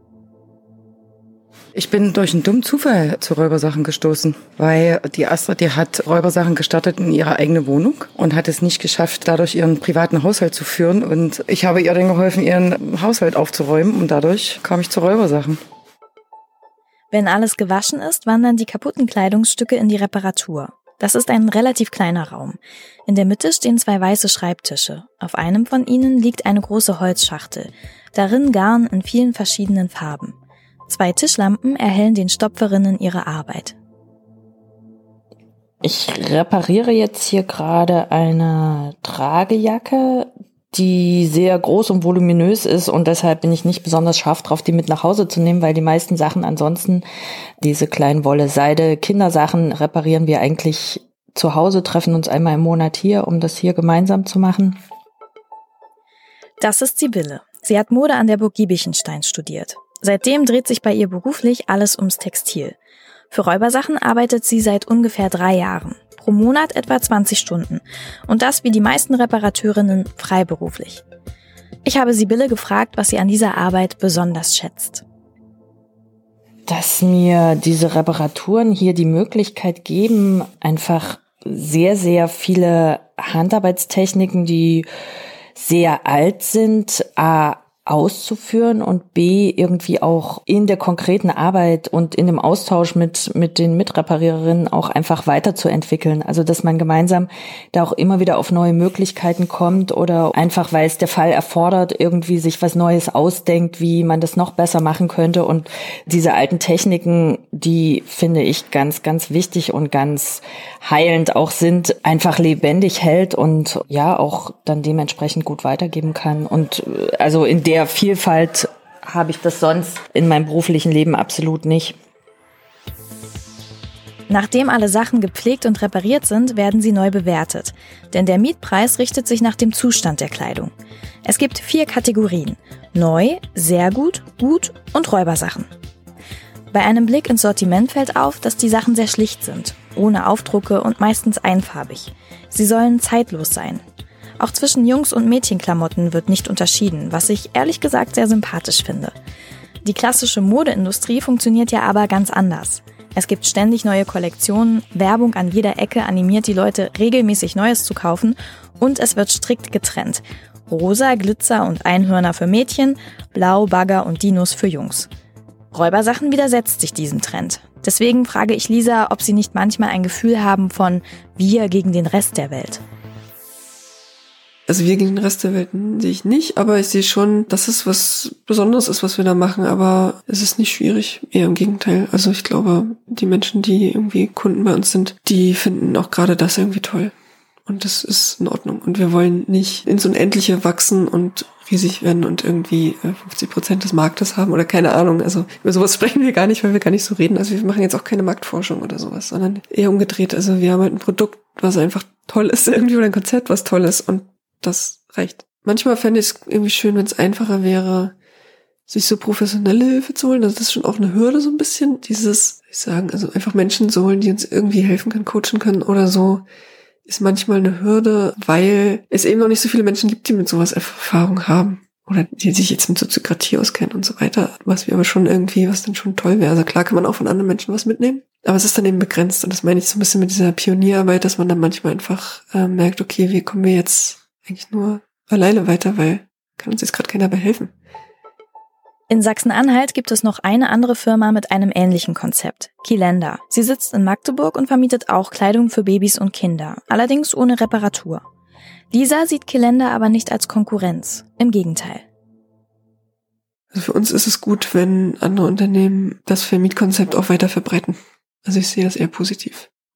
Ich bin durch einen dummen Zufall zu Räubersachen gestoßen, weil die Astrid, die hat Räubersachen gestartet in ihrer eigenen Wohnung und hat es nicht geschafft, dadurch ihren privaten Haushalt zu führen. Und ich habe ihr dann geholfen, ihren Haushalt aufzuräumen und dadurch kam ich zu Räubersachen. Wenn alles gewaschen ist, wandern die kaputten Kleidungsstücke in die Reparatur. Das ist ein relativ kleiner Raum. In der Mitte stehen zwei weiße Schreibtische. Auf einem von ihnen liegt eine große Holzschachtel. Darin Garn in vielen verschiedenen Farben. Zwei Tischlampen erhellen den Stopferinnen ihre Arbeit. Ich repariere jetzt hier gerade eine Tragejacke, die sehr groß und voluminös ist und deshalb bin ich nicht besonders scharf drauf, die mit nach Hause zu nehmen, weil die meisten Sachen ansonsten, diese kleinen Wolle, Seide, Kindersachen reparieren wir eigentlich zu Hause, treffen uns einmal im Monat hier, um das hier gemeinsam zu machen. Das ist Sibylle. Sie hat Mode an der Burg Giebichenstein studiert. Seitdem dreht sich bei ihr beruflich alles ums Textil. Für Räubersachen arbeitet sie seit ungefähr drei Jahren. Pro Monat etwa zwanzig Stunden. Und das wie die meisten Reparateurinnen freiberuflich. Ich habe Sibylle gefragt, was sie an dieser Arbeit besonders schätzt. Dass mir diese Reparaturen hier die Möglichkeit geben, einfach sehr, sehr viele Handarbeitstechniken, die sehr alt sind, a, auszuführen und b, irgendwie auch in der konkreten Arbeit und in dem Austausch mit mit den Mitrepariererinnen auch einfach weiterzuentwickeln. Also dass man gemeinsam da auch immer wieder auf neue Möglichkeiten kommt oder einfach, weil es der Fall erfordert, irgendwie sich was Neues ausdenkt, wie man das noch besser machen könnte. Und diese alten Techniken, die finde ich ganz, ganz wichtig und ganz heilend auch sind, einfach lebendig hält und ja auch dann dementsprechend gut weitergeben kann. Und also in der Vielfalt habe ich das sonst in meinem beruflichen Leben absolut nicht. Nachdem alle Sachen gepflegt und repariert sind, werden sie neu bewertet. Denn der Mietpreis richtet sich nach dem Zustand der Kleidung. Es gibt vier Kategorien: Neu, sehr gut, gut und Räubersachen. Bei einem Blick ins Sortiment fällt auf, dass die Sachen sehr schlicht sind, ohne Aufdrucke und meistens einfarbig. Sie sollen zeitlos sein. Auch zwischen Jungs- und Mädchenklamotten wird nicht unterschieden, was ich ehrlich gesagt sehr sympathisch finde. Die klassische Modeindustrie funktioniert ja aber ganz anders. Es gibt ständig neue Kollektionen, Werbung an jeder Ecke animiert die Leute regelmäßig Neues zu kaufen und es wird strikt getrennt. Rosa, Glitzer und Einhörner für Mädchen, Blau, Bagger und Dinos für Jungs. Räubersachen widersetzt sich diesem Trend. Deswegen frage ich Lisa, ob sie nicht manchmal ein Gefühl haben von wir gegen den Rest der Welt. Also wir gegen den Rest der Welt sehe ich nicht, aber ich sehe schon, dass es was Besonderes ist, was wir da machen, aber es ist nicht schwierig, eher im Gegenteil. Also ich glaube, die Menschen, die irgendwie Kunden bei uns sind, die finden auch gerade das irgendwie toll. Und das ist in Ordnung. Und wir wollen nicht ins Unendliche wachsen und riesig werden und irgendwie fünfzig Prozent des Marktes haben oder keine Ahnung. Also über sowas sprechen wir gar nicht, weil wir gar nicht so reden. Also wir machen jetzt auch keine Marktforschung oder sowas, sondern eher umgedreht. Also wir haben halt ein Produkt, was einfach toll ist irgendwie oder ein Konzept, was toll ist und das reicht. Manchmal fände ich es irgendwie schön, wenn es einfacher wäre, sich so professionelle Hilfe zu holen. Das ist schon auch eine Hürde so ein bisschen. Dieses, ich sagen, also einfach Menschen zu holen, die uns irgendwie helfen können, coachen können oder so, ist manchmal eine Hürde, weil es eben noch nicht so viele Menschen gibt, die mit sowas Erfahrung haben. Oder die sich jetzt mit Soziokratie auskennen und so weiter. Was wir aber schon irgendwie, was dann schon toll wäre. Also klar kann man auch von anderen Menschen was mitnehmen. Aber es ist dann eben begrenzt. Und das meine ich so ein bisschen mit dieser Pionierarbeit, dass man dann manchmal einfach äh, merkt, okay, wie kommen wir jetzt eigentlich nur alleine weiter, weil kann uns jetzt gerade keiner dabei helfen. In Sachsen-Anhalt gibt es noch eine andere Firma mit einem ähnlichen Konzept, Kilenda. Sie sitzt in Magdeburg und vermietet auch Kleidung für Babys und Kinder, allerdings ohne Reparatur. Lisa sieht Kilenda aber nicht als Konkurrenz, im Gegenteil. Also für uns ist es gut, wenn andere Unternehmen das Vermietkonzept auch weiter verbreiten. Also ich sehe das eher positiv.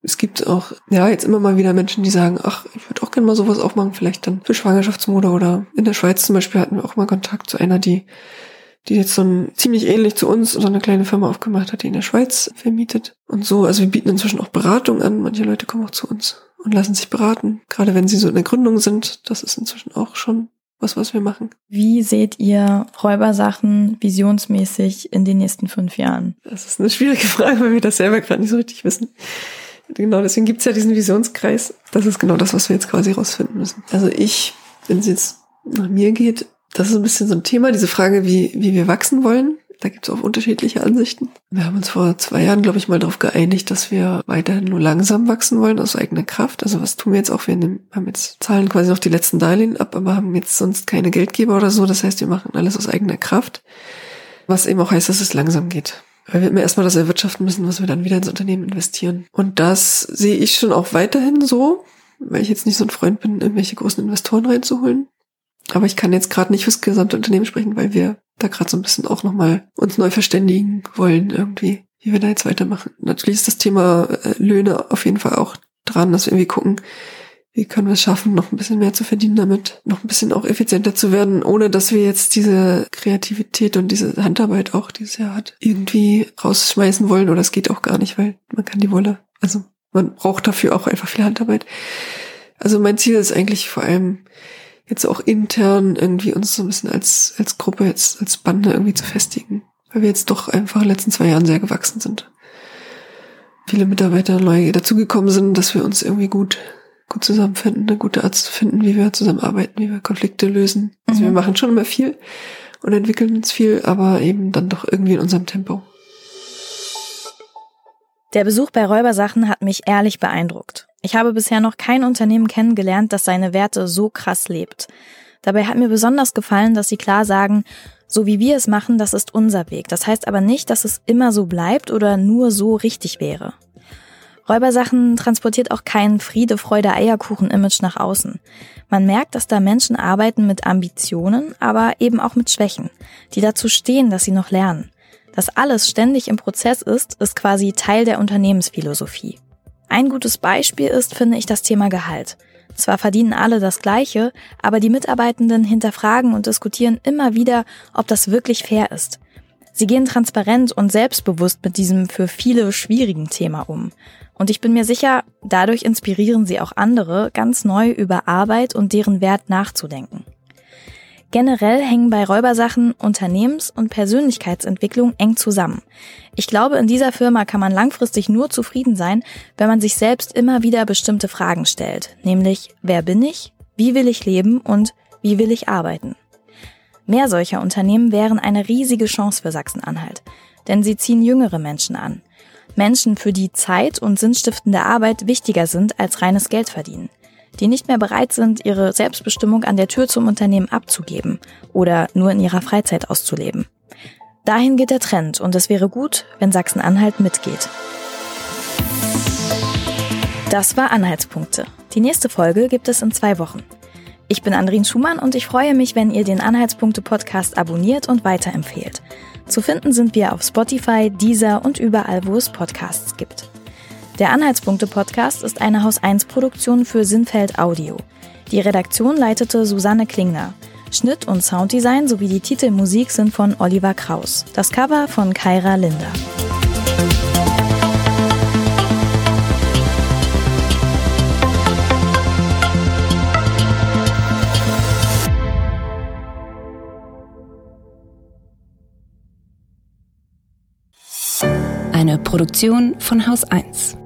Es gibt auch, ja, jetzt immer mal wieder Menschen, die sagen, ach, ich würde auch gerne mal sowas aufmachen, vielleicht dann für Schwangerschaftsmode oder in der Schweiz zum Beispiel hatten wir auch mal Kontakt zu einer, die, die jetzt so ein, ziemlich ähnlich zu uns, so eine kleine Firma aufgemacht hat, die in der Schweiz vermietet und so. Also wir bieten inzwischen auch Beratung an. Manche Leute kommen auch zu uns und lassen sich beraten. Gerade wenn sie so in der Gründung sind, das ist inzwischen auch schon was, was wir machen. Wie seht ihr Räubersachen visionsmäßig in den nächsten fünf Jahren? Das ist eine schwierige Frage, weil wir das selber gerade nicht so richtig wissen. Genau, deswegen gibt's ja diesen Visionskreis. Das ist genau das, was wir jetzt quasi rausfinden müssen. Also ich, wenn es jetzt nach mir geht, das ist ein bisschen so ein Thema, diese Frage, wie wie wir wachsen wollen. Da gibt's auch unterschiedliche Ansichten. Wir haben uns vor zwei Jahren, glaube ich, mal darauf geeinigt, dass wir weiterhin nur langsam wachsen wollen, aus eigener Kraft. Also was tun wir jetzt auch? Wir nehmen, haben jetzt zahlen quasi noch die letzten Darlehen ab, aber haben jetzt sonst keine Geldgeber oder so. Das heißt, wir machen alles aus eigener Kraft. Was eben auch heißt, dass es langsam geht. Weil wir immer erstmal das erwirtschaften müssen, was wir dann wieder ins Unternehmen investieren. Und das sehe ich schon auch weiterhin so, weil ich jetzt nicht so ein Freund bin, irgendwelche großen Investoren reinzuholen. Aber ich kann jetzt gerade nicht fürs gesamte Unternehmen sprechen, weil wir da gerade so ein bisschen auch nochmal uns neu verständigen wollen irgendwie, wie wir da jetzt weitermachen. Natürlich ist das Thema äh, Löhne auf jeden Fall auch dran, dass wir irgendwie gucken, wie können wir es schaffen, noch ein bisschen mehr zu verdienen damit, noch ein bisschen auch effizienter zu werden, ohne dass wir jetzt diese Kreativität und diese Handarbeit auch, die es ja hat, irgendwie rausschmeißen wollen. Oder es geht auch gar nicht, weil man kann die Wolle, also man braucht dafür auch einfach viel Handarbeit. Also mein Ziel ist eigentlich vor allem jetzt auch intern irgendwie uns so ein bisschen als als Gruppe, jetzt als Bande irgendwie zu festigen, weil wir jetzt doch einfach in den letzten zwei Jahren sehr gewachsen sind. Viele Mitarbeiter neu dazugekommen sind, dass wir uns irgendwie gut gut zusammenfinden, eine gute Art zu finden, wie wir zusammenarbeiten, wie wir Konflikte lösen. Also mhm. wir machen schon immer viel und entwickeln uns viel, aber eben dann doch irgendwie in unserem Tempo. Der Besuch bei Räubersachen hat mich ehrlich beeindruckt. Ich habe bisher noch kein Unternehmen kennengelernt, das seine Werte so krass lebt. Dabei hat mir besonders gefallen, dass sie klar sagen, so wie wir es machen, das ist unser Weg. Das heißt aber nicht, dass es immer so bleibt oder nur so richtig wäre. Räubersachen transportiert auch kein Friede, Freude, Eierkuchen-Image nach außen. Man merkt, dass da Menschen arbeiten mit Ambitionen, aber eben auch mit Schwächen, die dazu stehen, dass sie noch lernen. Dass alles ständig im Prozess ist, ist quasi Teil der Unternehmensphilosophie. Ein gutes Beispiel ist, finde ich, das Thema Gehalt. Zwar verdienen alle das Gleiche, aber die Mitarbeitenden hinterfragen und diskutieren immer wieder, ob das wirklich fair ist. Sie gehen transparent und selbstbewusst mit diesem für viele schwierigen Thema um. Und ich bin mir sicher, dadurch inspirieren sie auch andere, ganz neu über Arbeit und deren Wert nachzudenken. Generell hängen bei Räubersachen Unternehmens- und Persönlichkeitsentwicklung eng zusammen. Ich glaube, in dieser Firma kann man langfristig nur zufrieden sein, wenn man sich selbst immer wieder bestimmte Fragen stellt, nämlich wer bin ich, wie will ich leben und wie will ich arbeiten. Mehr solcher Unternehmen wären eine riesige Chance für Sachsen-Anhalt, denn sie ziehen jüngere Menschen an. Menschen, für die Zeit und sinnstiftende Arbeit wichtiger sind als reines Geldverdienen, die nicht mehr bereit sind, ihre Selbstbestimmung an der Tür zum Unternehmen abzugeben oder nur in ihrer Freizeit auszuleben. Dahin geht der Trend und es wäre gut, wenn Sachsen-Anhalt mitgeht. Das war Anhaltspunkte. Die nächste Folge gibt es in zwei Wochen. Ich bin Andrin Schumann und ich freue mich, wenn ihr den Anhaltspunkte-Podcast abonniert und weiterempfehlt. Zu finden sind wir auf Spotify, Deezer und überall, wo es Podcasts gibt. Der Anhaltspunkte-Podcast ist eine Haus eins Produktion für Sinnfeld Audio. Die Redaktion leitete Susanne Klingner. Schnitt und Sounddesign sowie die Titelmusik sind von Oliver Kraus. Das Cover von Kaira Linder. Eine Produktion von Haus eins.